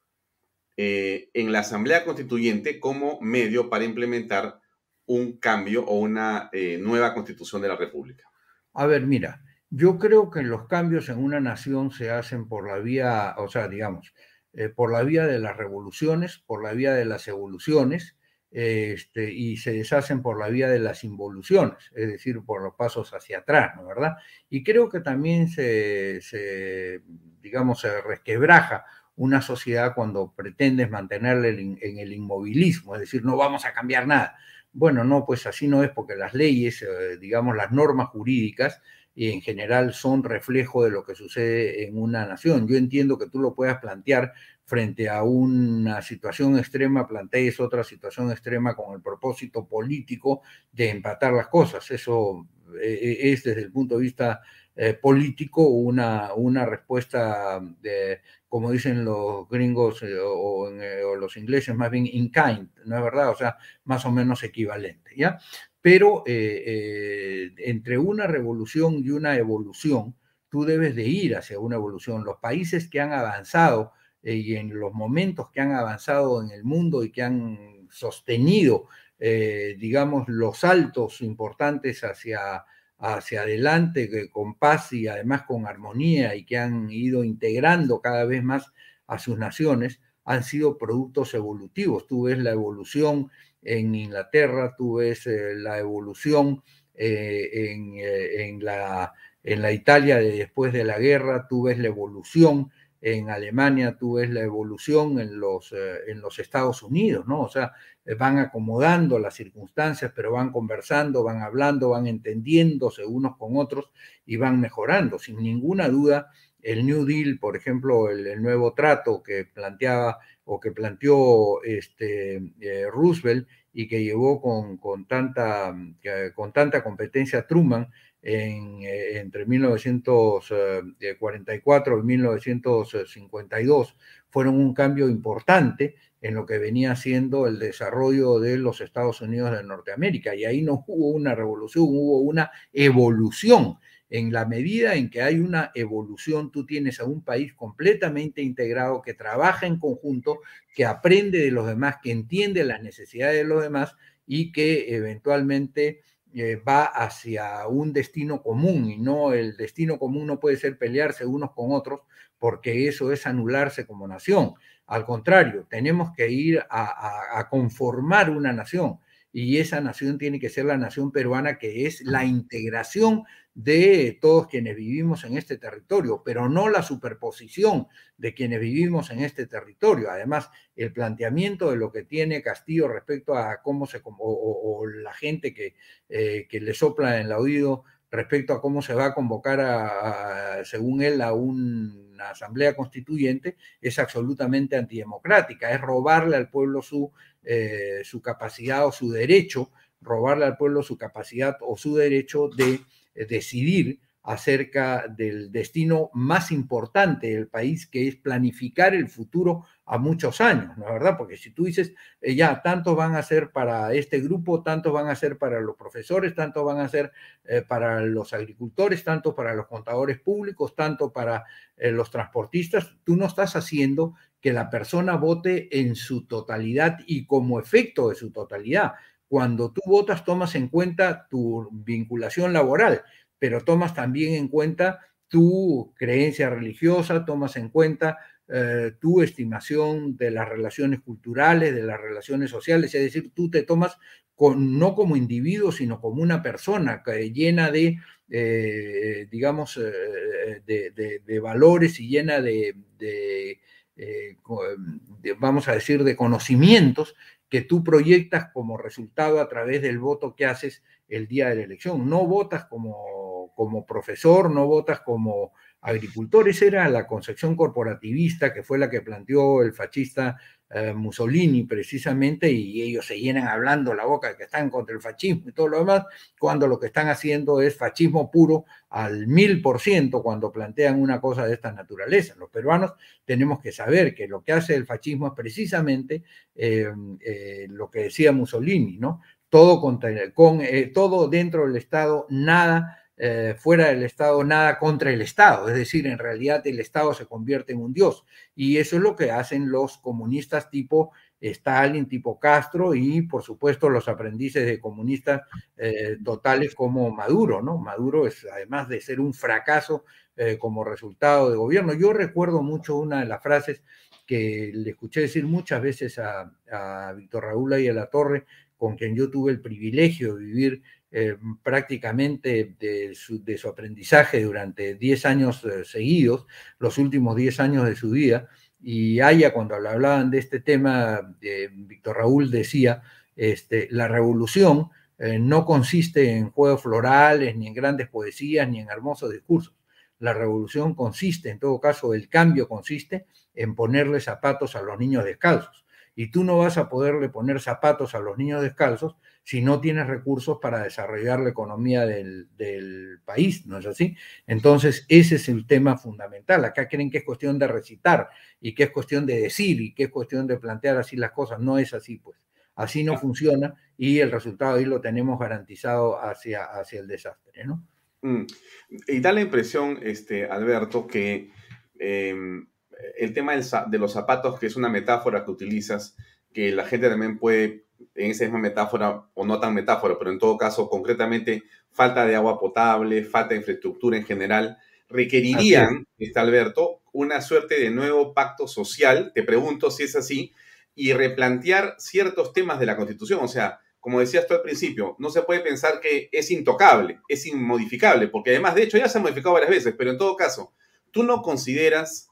eh, en la Asamblea Constituyente como medio para implementar un cambio o una eh, nueva constitución de la República? A ver, mira, yo creo que los cambios en una nación se hacen por la vía, o sea, digamos, eh, por la vía de las revoluciones, por la vía de las evoluciones, eh, este, y se deshacen por la vía de las involuciones, es decir, por los pasos hacia atrás, ¿no es verdad? Y creo que también se, se digamos, se resquebraja una sociedad cuando pretendes mantenerla en el inmovilismo, es decir, no vamos a cambiar nada. Bueno, no, pues así no es porque las leyes, eh, digamos, las normas jurídicas, y en general son reflejo de lo que sucede en una nación. Yo entiendo que tú lo puedas plantear frente a una situación extrema, plantees otra situación extrema con el propósito político de empatar las cosas. Eso eh, es desde el punto de vista eh, político una, una respuesta de, como dicen los gringos eh, o, eh, o los ingleses, más bien in kind, ¿no es verdad? O sea, más o menos equivalente, ¿ya? Pero eh, eh, entre una revolución y una evolución, tú debes de ir hacia una evolución. Los países que han avanzado eh, y en los momentos que han avanzado en el mundo y que han sostenido, eh, digamos, los saltos importantes hacia, hacia adelante que con paz y además con armonía y que han ido integrando cada vez más a sus naciones, han sido productos evolutivos. Tú ves la evolución en Inglaterra, tú ves eh, la evolución eh, en, eh, en, la, en la Italia de después de la guerra, tú ves la evolución en Alemania, tú ves la evolución en los, eh, en los Estados Unidos, ¿no? O sea, van acomodando las circunstancias, pero van conversando, van hablando, van entendiéndose unos con otros y van mejorando. Sin ninguna duda, el New Deal, por ejemplo, el, el nuevo trato que planteaba o que planteó este, eh, Roosevelt y que llevó con, con, tanta, eh, con tanta competencia Truman en, eh, entre mil novecientos cuarenta y cuatro y mil novecientos cincuenta y dos, fueron un cambio importante en lo que venía siendo el desarrollo de los Estados Unidos de Norteamérica. Y ahí no hubo una revolución, hubo una evolución. En la medida en que hay una evolución, tú tienes a un país completamente integrado que trabaja en conjunto, que aprende de los demás, que entiende las necesidades de los demás y que eventualmente eh, va hacia un destino común. Y no, el destino común no puede ser pelearse unos con otros, porque eso es anularse como nación. Al contrario, tenemos que ir a, a, a conformar una nación. Y esa nación tiene que ser la nación peruana, que es la integración de todos quienes vivimos en este territorio, pero no la superposición de quienes vivimos en este territorio. Además, el planteamiento de lo que tiene Castillo respecto a cómo se, o, o, o la gente que, eh, que le sopla en el oído respecto a cómo se va a convocar, a, a, según él, a una asamblea constituyente, es absolutamente antidemocrática, es robarle al pueblo su, eh, su capacidad o su derecho, robarle al pueblo su capacidad o su derecho de decidir acerca del destino más importante del país, que es planificar el futuro a muchos años, ¿no es verdad? Porque si tú dices, eh, ya, tantos van a ser para este grupo, tantos van a ser para los profesores, tantos van a ser eh, para los agricultores, tanto para los contadores públicos, tanto para eh, los transportistas, tú no estás haciendo que la persona vote en su totalidad y como efecto de su totalidad. Cuando tú votas, tomas en cuenta tu vinculación laboral, pero tomas también en cuenta tu creencia religiosa, tomas en cuenta eh, tu estimación de las relaciones culturales, de las relaciones sociales, es decir, tú te tomas con, no como individuo, sino como una persona que, llena de, eh, digamos, eh, de, de, de valores y llena de, de, eh, de, vamos a decir, de conocimientos que tú proyectas como resultado a través del voto que haces el día de la elección. No votas como, como profesor, no votas como agricultor. Esa era la concepción corporativista que fue la que planteó el fascista eh, Mussolini precisamente, y ellos se llenan hablando la boca de que están contra el fascismo y todo lo demás, cuando lo que están haciendo es fascismo puro al mil por ciento cuando plantean una cosa de esta naturaleza. Los peruanos tenemos que saber que lo que hace el fascismo es precisamente eh, eh, lo que decía Mussolini, ¿no? Todo, contra, con, eh, todo dentro del Estado, nada eh, fuera del Estado, nada contra el Estado. Es decir, en realidad el Estado se convierte en un dios. Y eso es lo que hacen los comunistas tipo Stalin, tipo Castro y, por supuesto, los aprendices de comunistas eh, totales como Maduro, ¿no? Maduro es, además de ser un fracaso eh, como resultado de gobierno. Yo recuerdo mucho una de las frases que le escuché decir muchas veces a, a Víctor Raúl Ayala-Torre, con quien yo tuve el privilegio de vivir eh, prácticamente de su, de su aprendizaje durante diez años eh, seguidos, los últimos diez años de su vida. Y Aya, cuando le hablaban de este tema, eh, Víctor Raúl decía, este, la revolución eh, no consiste en juegos florales, ni en grandes poesías, ni en hermosos discursos. La revolución consiste, en todo caso, el cambio consiste en ponerle zapatos a los niños descalzos. Y tú no vas a poderle poner zapatos a los niños descalzos si no tienes recursos para desarrollar la economía del, del país, ¿no es así? Entonces, ese es el tema fundamental. Acá creen que es cuestión de recitar y que es cuestión de decir y que es cuestión de plantear así las cosas. No es así, pues. Así no funciona y el resultado ahí lo tenemos garantizado hacia, hacia el desastre, ¿no? Mm. Y da la impresión, este, Alberto, que eh, el tema del, de los zapatos, que es una metáfora que utilizas, que la gente también puede, en esa misma metáfora, o no tan metáfora, pero en todo caso, concretamente, falta de agua potable, falta de infraestructura en general, requerirían, está Alberto, una suerte de nuevo pacto social, te pregunto si es así, y replantear ciertos temas de la Constitución. O sea, como decías tú al principio, no se puede pensar que es intocable, es inmodificable, porque además, de hecho, ya se ha modificado varias veces, pero en todo caso, ¿tú no consideras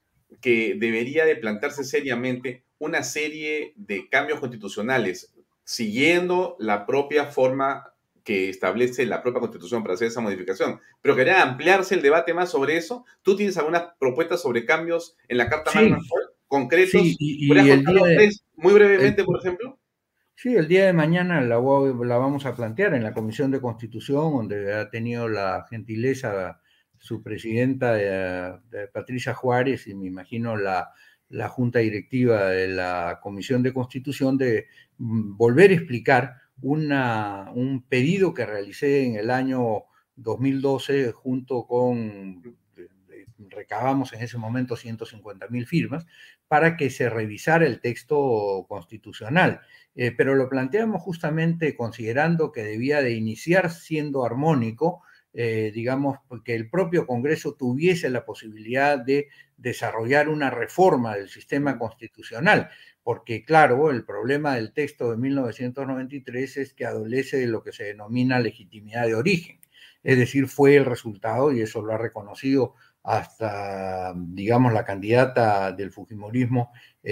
que debería de plantearse seriamente una serie de cambios constitucionales siguiendo la propia forma que establece la propia Constitución para hacer esa modificación? Pero quería ampliarse el debate más sobre eso. ¿Tú tienes algunas propuestas sobre cambios en la Carta Sí. Magna? concretos. Sí, y, ¿Podrías y el día contarnos de, tres muy el, brevemente, por ejemplo? sí, el día de mañana la, voy- la vamos a plantear en la Comisión de Constitución, donde ha tenido la gentileza su presidenta, eh, de Patricia Juárez, y me imagino la, la Junta Directiva de la Comisión de Constitución, de mm, volver a explicar una, un pedido que realicé en el año dos mil doce junto con, de- de- recabamos en ese momento ciento cincuenta mil firmas, para que se revisara el texto constitucional. Eh, pero lo planteamos justamente considerando que debía de iniciar siendo armónico, eh, digamos, que el propio Congreso tuviese la posibilidad de desarrollar una reforma del sistema constitucional, porque claro, el problema del texto de mil novecientos noventa y tres es que adolece de lo que se denomina legitimidad de origen, es decir, fue el resultado, y eso lo ha reconocido hasta, digamos, la candidata del Fujimorismo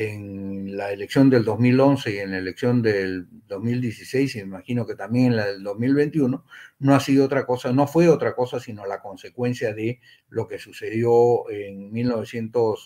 en la elección del dos mil once y en la elección del dos mil dieciséis, y me imagino que también en la del dos mil veintiuno, no ha sido otra cosa, no fue otra cosa sino la consecuencia de lo que sucedió en mil novecientos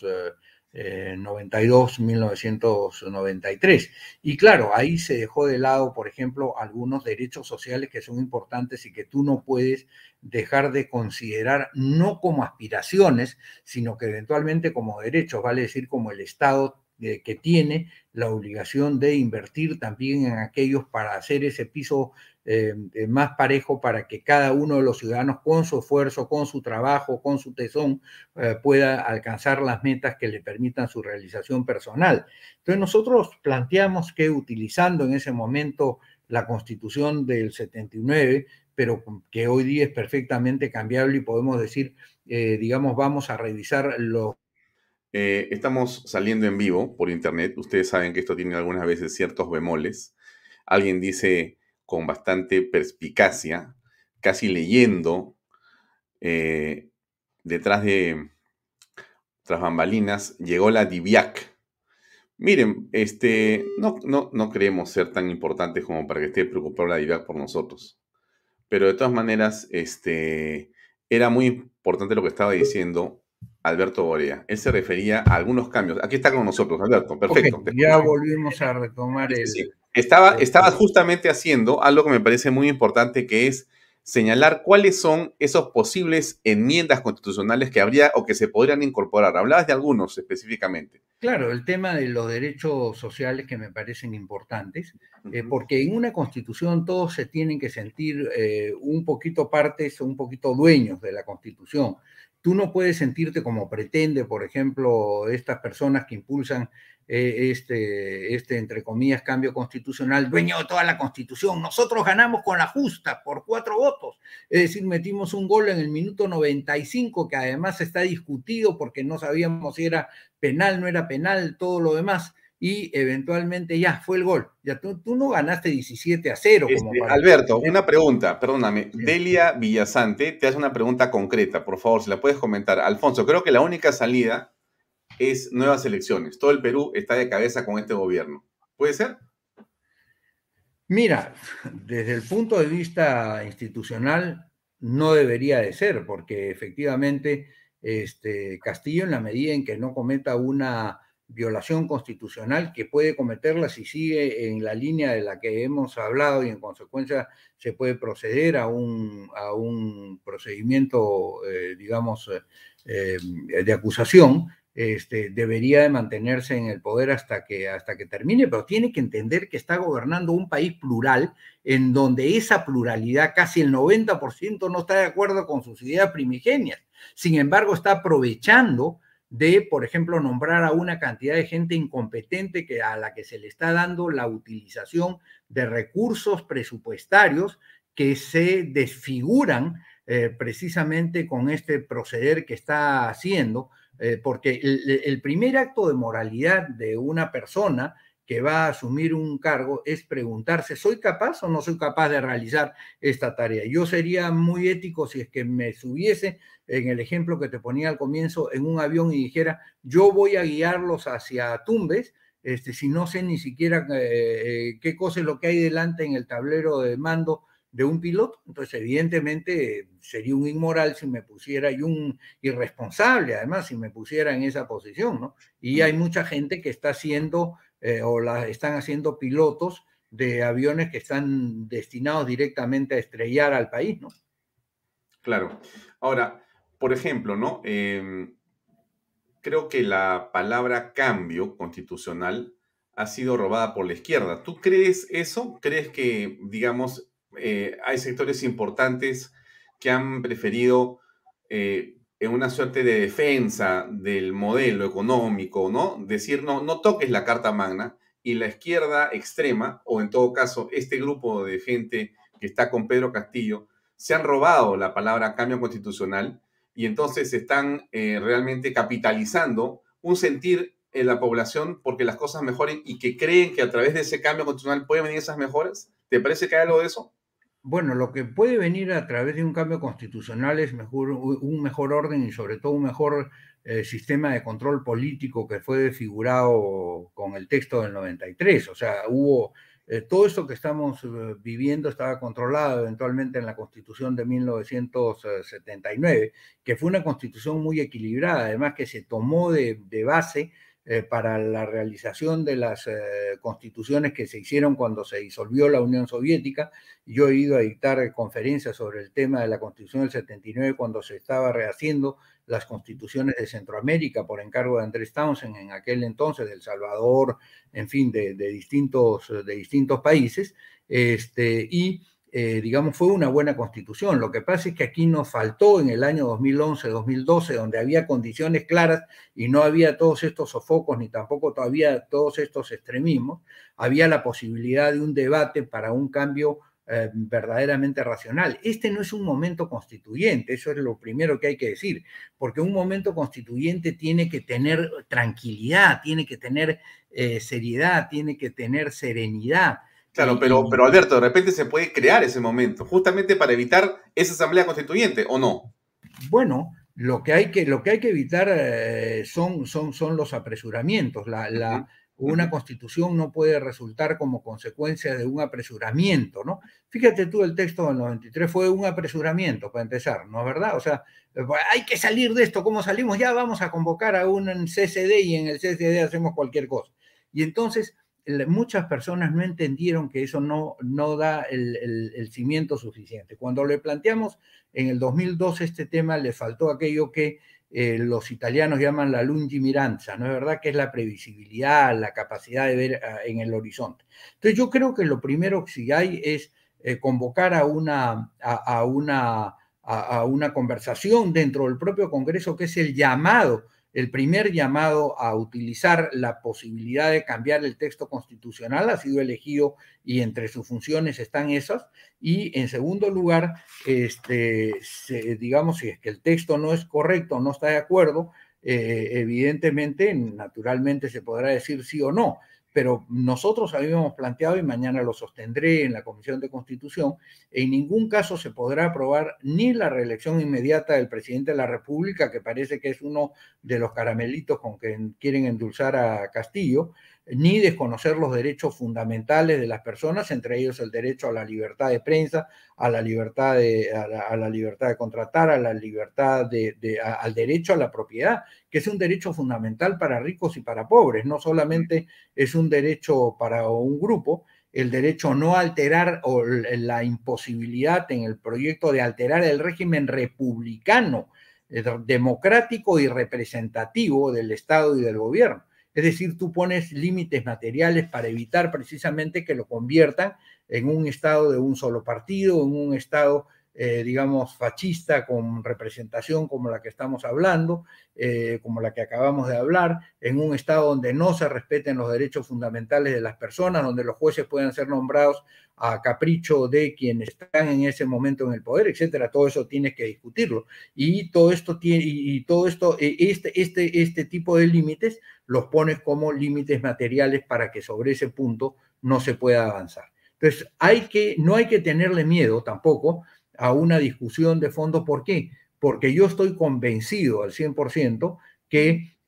noventa y dos, mil novecientos noventa y tres. Y claro, ahí se dejó de lado, por ejemplo, algunos derechos sociales que son importantes y que tú no puedes dejar de considerar no como aspiraciones, sino que eventualmente como derechos, vale decir, como el Estado eh, que tiene la obligación de invertir también en aquellos para hacer ese piso eh, más parejo para que cada uno de los ciudadanos con su esfuerzo, con su trabajo, con su tesón, eh, pueda alcanzar las metas que le permitan su realización personal. Entonces nosotros planteamos que utilizando en ese momento la Constitución del setenta y nueve, pero que hoy día es perfectamente cambiable y podemos decir, eh, digamos, vamos a revisar los... Eh, estamos saliendo en vivo por internet. Ustedes saben que esto tiene algunas veces ciertos bemoles. Alguien dice con bastante perspicacia, casi leyendo, eh, detrás de, tras bambalinas, llegó la DIVIAC. Miren, este, no, no, no creemos ser tan importantes como para que esté preocupada la DIVIAC por nosotros. Pero de todas maneras, este, era muy importante lo que estaba diciendo Alberto Borea. Él se refería a algunos cambios. Aquí está con nosotros, Alberto. Ok, Perfecto, te ya escucho. volvimos a retomar Sí, sí, sí. el... Estaba, el estaba justamente haciendo algo que me parece muy importante, que es señalar cuáles son esos posibles enmiendas constitucionales que habría o que se podrían incorporar. Hablabas de algunos específicamente. Claro, el tema de los derechos sociales que me parecen importantes, eh, Ujú. porque en una constitución todos se tienen que sentir eh, un poquito partes, un poquito dueños de la constitución. Tú no puedes sentirte como pretende, por ejemplo, estas personas que impulsan eh, este, este, entre comillas, cambio constitucional, dueño de toda la constitución. Nosotros ganamos con la justa por cuatro votos. Es decir, metimos un gol en el minuto noventa y cinco, que además está discutido porque no sabíamos si era penal, no era penal, todo lo demás, y eventualmente ya fue el gol. Ya tú, tú no ganaste diecisiete a cero como Este, para... Alberto, una pregunta, perdóname. Sí. Delia Villasante te hace una pregunta concreta, por favor, si la puedes comentar. Alfonso, creo que la única salida es nuevas elecciones. Todo el Perú está de cabeza con este gobierno. ¿Puede ser? Mira, desde el punto de vista institucional no debería de ser, porque efectivamente este, Castillo, en la medida en que no cometa una violación constitucional, que puede cometerla si sigue en la línea de la que hemos hablado y en consecuencia se puede proceder a un, a un procedimiento, eh, digamos, eh, de acusación, este, debería de mantenerse en el poder hasta que, hasta que termine, pero tiene que entender que está gobernando un país plural, en donde esa pluralidad, casi el noventa por ciento, no está de acuerdo con sus ideas primigenias. Sin embargo, está aprovechando de, por ejemplo, nombrar a una cantidad de gente incompetente que, a la que se le está dando la utilización de recursos presupuestarios que se desfiguran eh, precisamente con este proceder que está haciendo, eh, porque el, el primer acto de moralidad de una persona que va a asumir un cargo es preguntarse, ¿soy capaz o no soy capaz de realizar esta tarea? Yo sería muy ético si es que me subiese, en el ejemplo que te ponía al comienzo, en un avión y dijera, yo voy a guiarlos hacia Tumbes, este, si no sé ni siquiera eh, qué cosa es lo que hay delante en el tablero de mando de un piloto. Entonces, evidentemente, sería un inmoral si me pusiera, y un irresponsable, además, si me pusiera en esa posición, ¿no? Y hay mucha gente que está haciendo, eh, o la, están haciendo pilotos de aviones que están destinados directamente a estrellar al país, ¿no? Claro. Ahora, por ejemplo, ¿no? Eh, creo que la palabra cambio constitucional ha sido robada por la izquierda. ¿Tú crees eso? ¿Crees que, digamos, eh, hay sectores importantes que han preferido, eh, en una suerte de defensa del modelo económico, ¿no? Decir, no, no toques la Carta Magna, y la izquierda extrema, o en todo caso, este grupo de gente que está con Pedro Castillo, se han robado la palabra cambio constitucional y entonces están eh, realmente capitalizando un sentir en la población porque las cosas mejoren y que creen que a través de ese cambio constitucional pueden venir esas mejoras? ¿Te parece que hay algo de eso? Bueno, lo que puede venir a través de un cambio constitucional es mejor, un mejor orden y sobre todo un mejor eh, sistema de control político que fue desfigurado con el texto del noventa y tres. O sea, hubo eh, todo esto que estamos eh, viviendo estaba controlado eventualmente en la Constitución de mil novecientos setenta y nueve, que fue una constitución muy equilibrada, además que se tomó de, de base eh, para la realización de las eh, constituciones que se hicieron cuando se disolvió la Unión Soviética. Yo he ido a dictar conferencias sobre el tema de la Constitución del setenta y nueve cuando se estaba rehaciendo las constituciones de Centroamérica por encargo de Andrés Townsend en aquel entonces, de El Salvador, en fin, de, de, distintos, de distintos países, este, y eh, digamos, fue una buena constitución. Lo que pasa es que aquí nos faltó en el año dos mil once, dos mil doce, donde había condiciones claras y no había todos estos sofocos, ni tampoco todavía todos estos extremismos, había la posibilidad de un debate para un cambio Eh, verdaderamente racional. Este no es un momento constituyente, eso es lo primero que hay que decir, porque un momento constituyente tiene que tener tranquilidad, tiene que tener eh, seriedad, tiene que tener serenidad. Claro, Y, pero, y, pero Alberto, de repente se puede crear ese momento, justamente para evitar esa asamblea constituyente, ¿o no? Bueno, lo que hay que, lo que, hay que evitar eh, son, son, son los apresuramientos. La, Uh -huh, la, uh una -huh. constitución no puede resultar como consecuencia de un apresuramiento, ¿no? Fíjate tú, el texto del noventa y tres fue un apresuramiento, para empezar, ¿no es verdad? O sea, hay que salir de esto, ¿cómo salimos? Ya vamos a convocar a un C C D y en el C C D hacemos cualquier cosa. Y entonces muchas personas no entendieron que eso no, no da el, el, el cimiento suficiente. Cuando le planteamos en el dos mil doce este tema, le faltó aquello que eh, los italianos llaman la lungimiranza, ¿no es verdad? Que es la previsibilidad, la capacidad de ver uh, en el horizonte. Entonces yo creo que lo primero que sí hay es eh, convocar a una, a, a, una, a, a una conversación dentro del propio Congreso, que es el llamado, el primer llamado a utilizar la posibilidad de cambiar el texto constitucional, ha sido elegido y entre sus funciones están esas. Y en segundo lugar, este, se, digamos, si es que el texto no es correcto, no está de acuerdo, eh, evidentemente, naturalmente se podrá decir sí o no, pero nosotros habíamos planteado, y mañana lo sostendré en la Comisión de Constitución, en ningún caso se podrá aprobar ni la reelección inmediata del presidente de la República, que parece que es uno de los caramelitos con que quieren endulzar a Castillo, ni desconocer los derechos fundamentales de las personas, entre ellos el derecho a la libertad de prensa, a la libertad de, a la, a la libertad de contratar, a la libertad de, de a, al derecho a la propiedad, que es un derecho fundamental para ricos y para pobres, no solamente es un derecho para un grupo, el derecho a no alterar o la imposibilidad en el proyecto de alterar el régimen republicano, democrático y representativo del Estado y del gobierno. Es decir, tú pones límites materiales para evitar precisamente que lo conviertan en un Estado de un solo partido, en un Estado, eh, digamos, fascista con representación como la que estamos hablando, eh, como la que acabamos de hablar, en un Estado donde no se respeten los derechos fundamentales de las personas, donde los jueces puedan ser nombrados a capricho de quienes están en ese momento en el poder, etcétera. Todo eso tienes que discutirlo. Y todo esto tiene, y todo esto, este, este, este tipo de límites los pones como límites materiales para que sobre ese punto no se pueda avanzar. Entonces, hay que, no hay que tenerle miedo tampoco a una discusión de fondo. ¿Por qué? Porque yo estoy convencido al cien por ciento que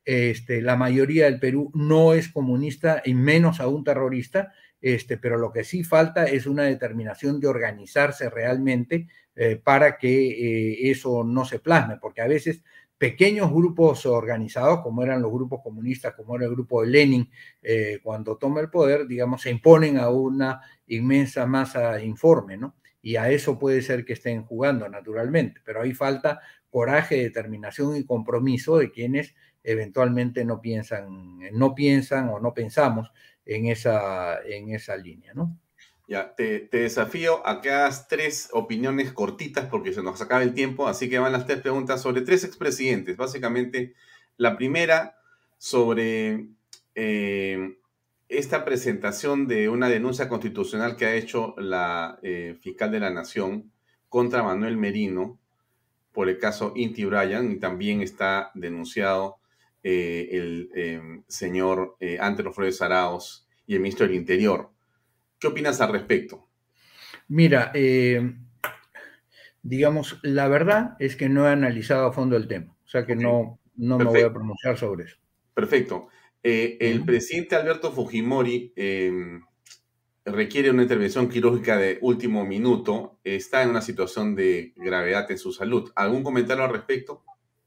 Este, la mayoría del Perú no es comunista y menos aún terrorista, este, pero lo que sí falta es una determinación de organizarse realmente eh, para que eh, eso no se plasme, porque a veces pequeños grupos organizados, como eran los grupos comunistas, como era el grupo de Lenin, eh, cuando toma el poder, digamos, se imponen a una inmensa masa informe, ¿no? Y a eso puede ser que estén jugando naturalmente, pero ahí falta coraje, determinación y compromiso de quienes eventualmente no piensan, no piensan o no pensamos en esa, en esa línea, ¿no? Ya, te, te desafío a que hagas tres opiniones cortitas porque se nos acaba el tiempo, así que van las tres preguntas sobre tres expresidentes. Básicamente, la primera sobre eh, esta presentación de una denuncia constitucional que ha hecho la eh, fiscal de la Nación contra Manuel Merino por el caso Inti Bryan, y también está denunciado eh, el eh, señor eh, Antero Flores Arauz y el ministro del Interior. ¿Qué opinas al respecto? Mira, eh, digamos, la verdad es que no he analizado a fondo el tema, o sea que Ok, no, no me voy a perfecto. pronunciar sobre eso. Perfecto. Eh, el ¿Mm? presidente Alberto Fujimori eh, requiere una intervención quirúrgica de último minuto. Está en una situación de gravedad en su salud. ¿Algún comentario al respecto?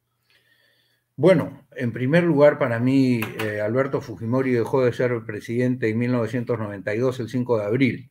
Bueno, en primer lugar, para mí, eh, Alberto Fujimori dejó de ser el presidente en mil novecientos noventa y dos, el cinco de abril,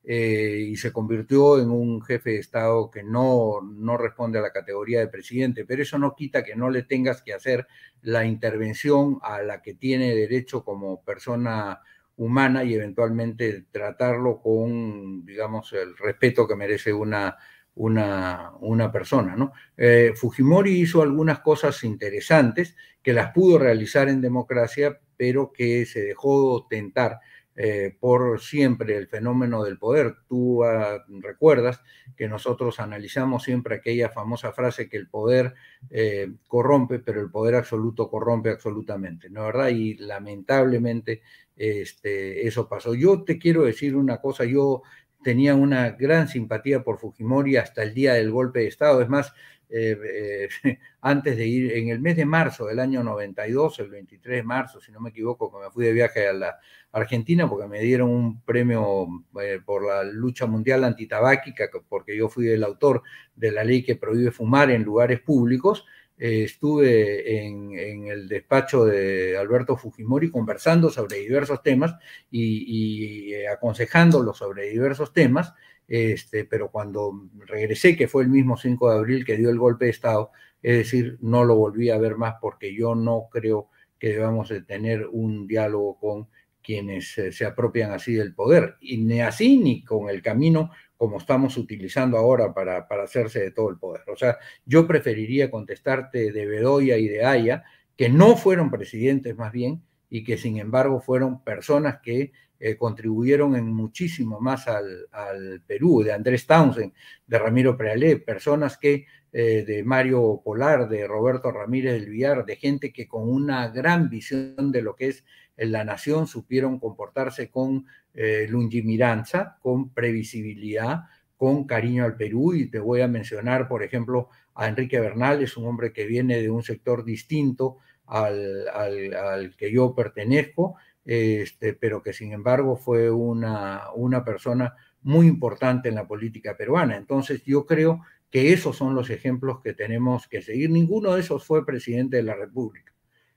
eh, y se convirtió en un jefe de Estado que no, no responde a la categoría de presidente, pero eso no quita que no le tengas que hacer la intervención a la que tiene derecho como persona humana y eventualmente tratarlo con, digamos, el respeto que merece una, una, una persona, ¿no? Eh, Fujimori hizo algunas cosas interesantes que las pudo realizar en democracia, pero que se dejó tentar eh, por siempre el fenómeno del poder. Tú uh, recuerdas que nosotros analizamos siempre aquella famosa frase que el poder eh, corrompe, pero el poder absoluto corrompe absolutamente, ¿no es verdad? Y lamentablemente este, eso pasó. Yo te quiero decir una cosa, yo tenía una gran simpatía por Fujimori hasta el día del golpe de Estado. Es más, eh, eh, antes de ir, en el mes de marzo del año noventa y dos, el veintitrés de marzo, si no me equivoco, que me fui de viaje a la Argentina porque me dieron un premio eh, por la lucha mundial antitabáquica, porque yo fui el autor de la ley que prohíbe fumar en lugares públicos. Eh, estuve en, en, el despacho de Alberto Fujimori conversando sobre diversos temas y, y eh, aconsejándolo sobre diversos temas, este, pero cuando regresé, que fue el mismo cinco de abril que dio el golpe de Estado, es decir, no lo volví a ver más porque yo no creo que debamos de tener un diálogo con quienes eh, se apropian así del poder, y ni así ni con el camino como estamos utilizando ahora para, para hacerse de todo el poder. O sea, yo preferiría contestarte de Bedoya y de Haya, que no fueron presidentes más bien, y que sin embargo fueron personas que eh, contribuyeron en muchísimo más al, al, Perú, de Andrés Townsend, de Ramiro Prealé, personas que eh, de Mario Polar, de Roberto Ramírez del Villar, de gente que con una gran visión de lo que es la nación supieron comportarse con eh, lungimiranza, con previsibilidad, con cariño al Perú, y te voy a mencionar, por ejemplo, a Enrique Bernal, es un hombre que viene de un sector distinto al, al, al que yo pertenezco, este, pero que sin embargo fue una, una persona muy importante en la política peruana. Entonces yo creo que esos son los ejemplos que tenemos que seguir. Ninguno de esos fue presidente de la República,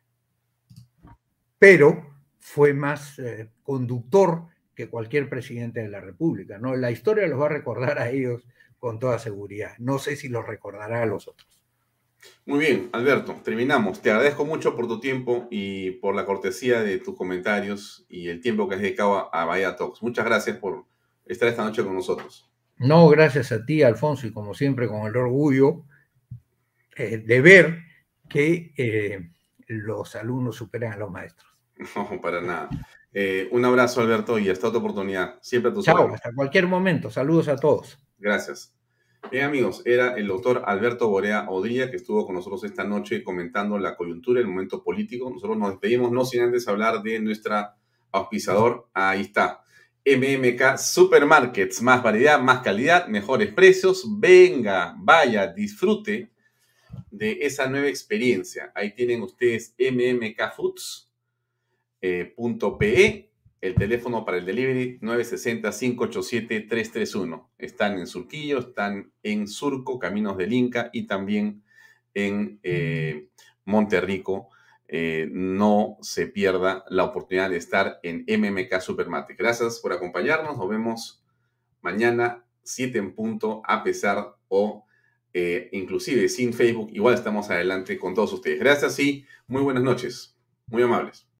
pero fue más eh, conductor que cualquier presidente de la República, ¿no? La historia los va a recordar a ellos con toda seguridad. No sé si los recordará a los otros. Muy bien, Alberto, terminamos. Te agradezco mucho por tu tiempo y por la cortesía de tus comentarios y el tiempo que has dedicado a Bahía Talks. Muchas gracias por estar esta noche con nosotros. No, gracias a ti, Alfonso, y como siempre con el orgullo eh, de ver que eh, los alumnos superan a los maestros. No, para nada. Eh, un abrazo, Alberto, y hasta otra oportunidad. Siempre a tus Chao, órdenes. hasta cualquier momento. Saludos a todos. Gracias. Bien, amigos, era el doctor Alberto Borea Odría que estuvo con nosotros esta noche comentando la coyuntura, el momento político. Nosotros nos despedimos no sin antes hablar de nuestra auspiciador. Ahí está. M M K Supermarkets. Más variedad, más calidad, mejores precios. Venga, vaya, disfrute de esa nueva experiencia. Ahí tienen ustedes m m k foods punto p e, el teléfono para el delivery nueve seis cero, cinco ocho siete, tres tres uno. Están en Surquillo, están en Surco, Caminos del Inca y también en eh, Monterrico. Eh, no se pierda la oportunidad de estar en M M K Supermarket. Gracias por acompañarnos. Nos vemos mañana, siete en punto, a pesar o eh, inclusive sin Facebook. Igual estamos adelante con todos ustedes. Gracias y muy buenas noches. Muy amables.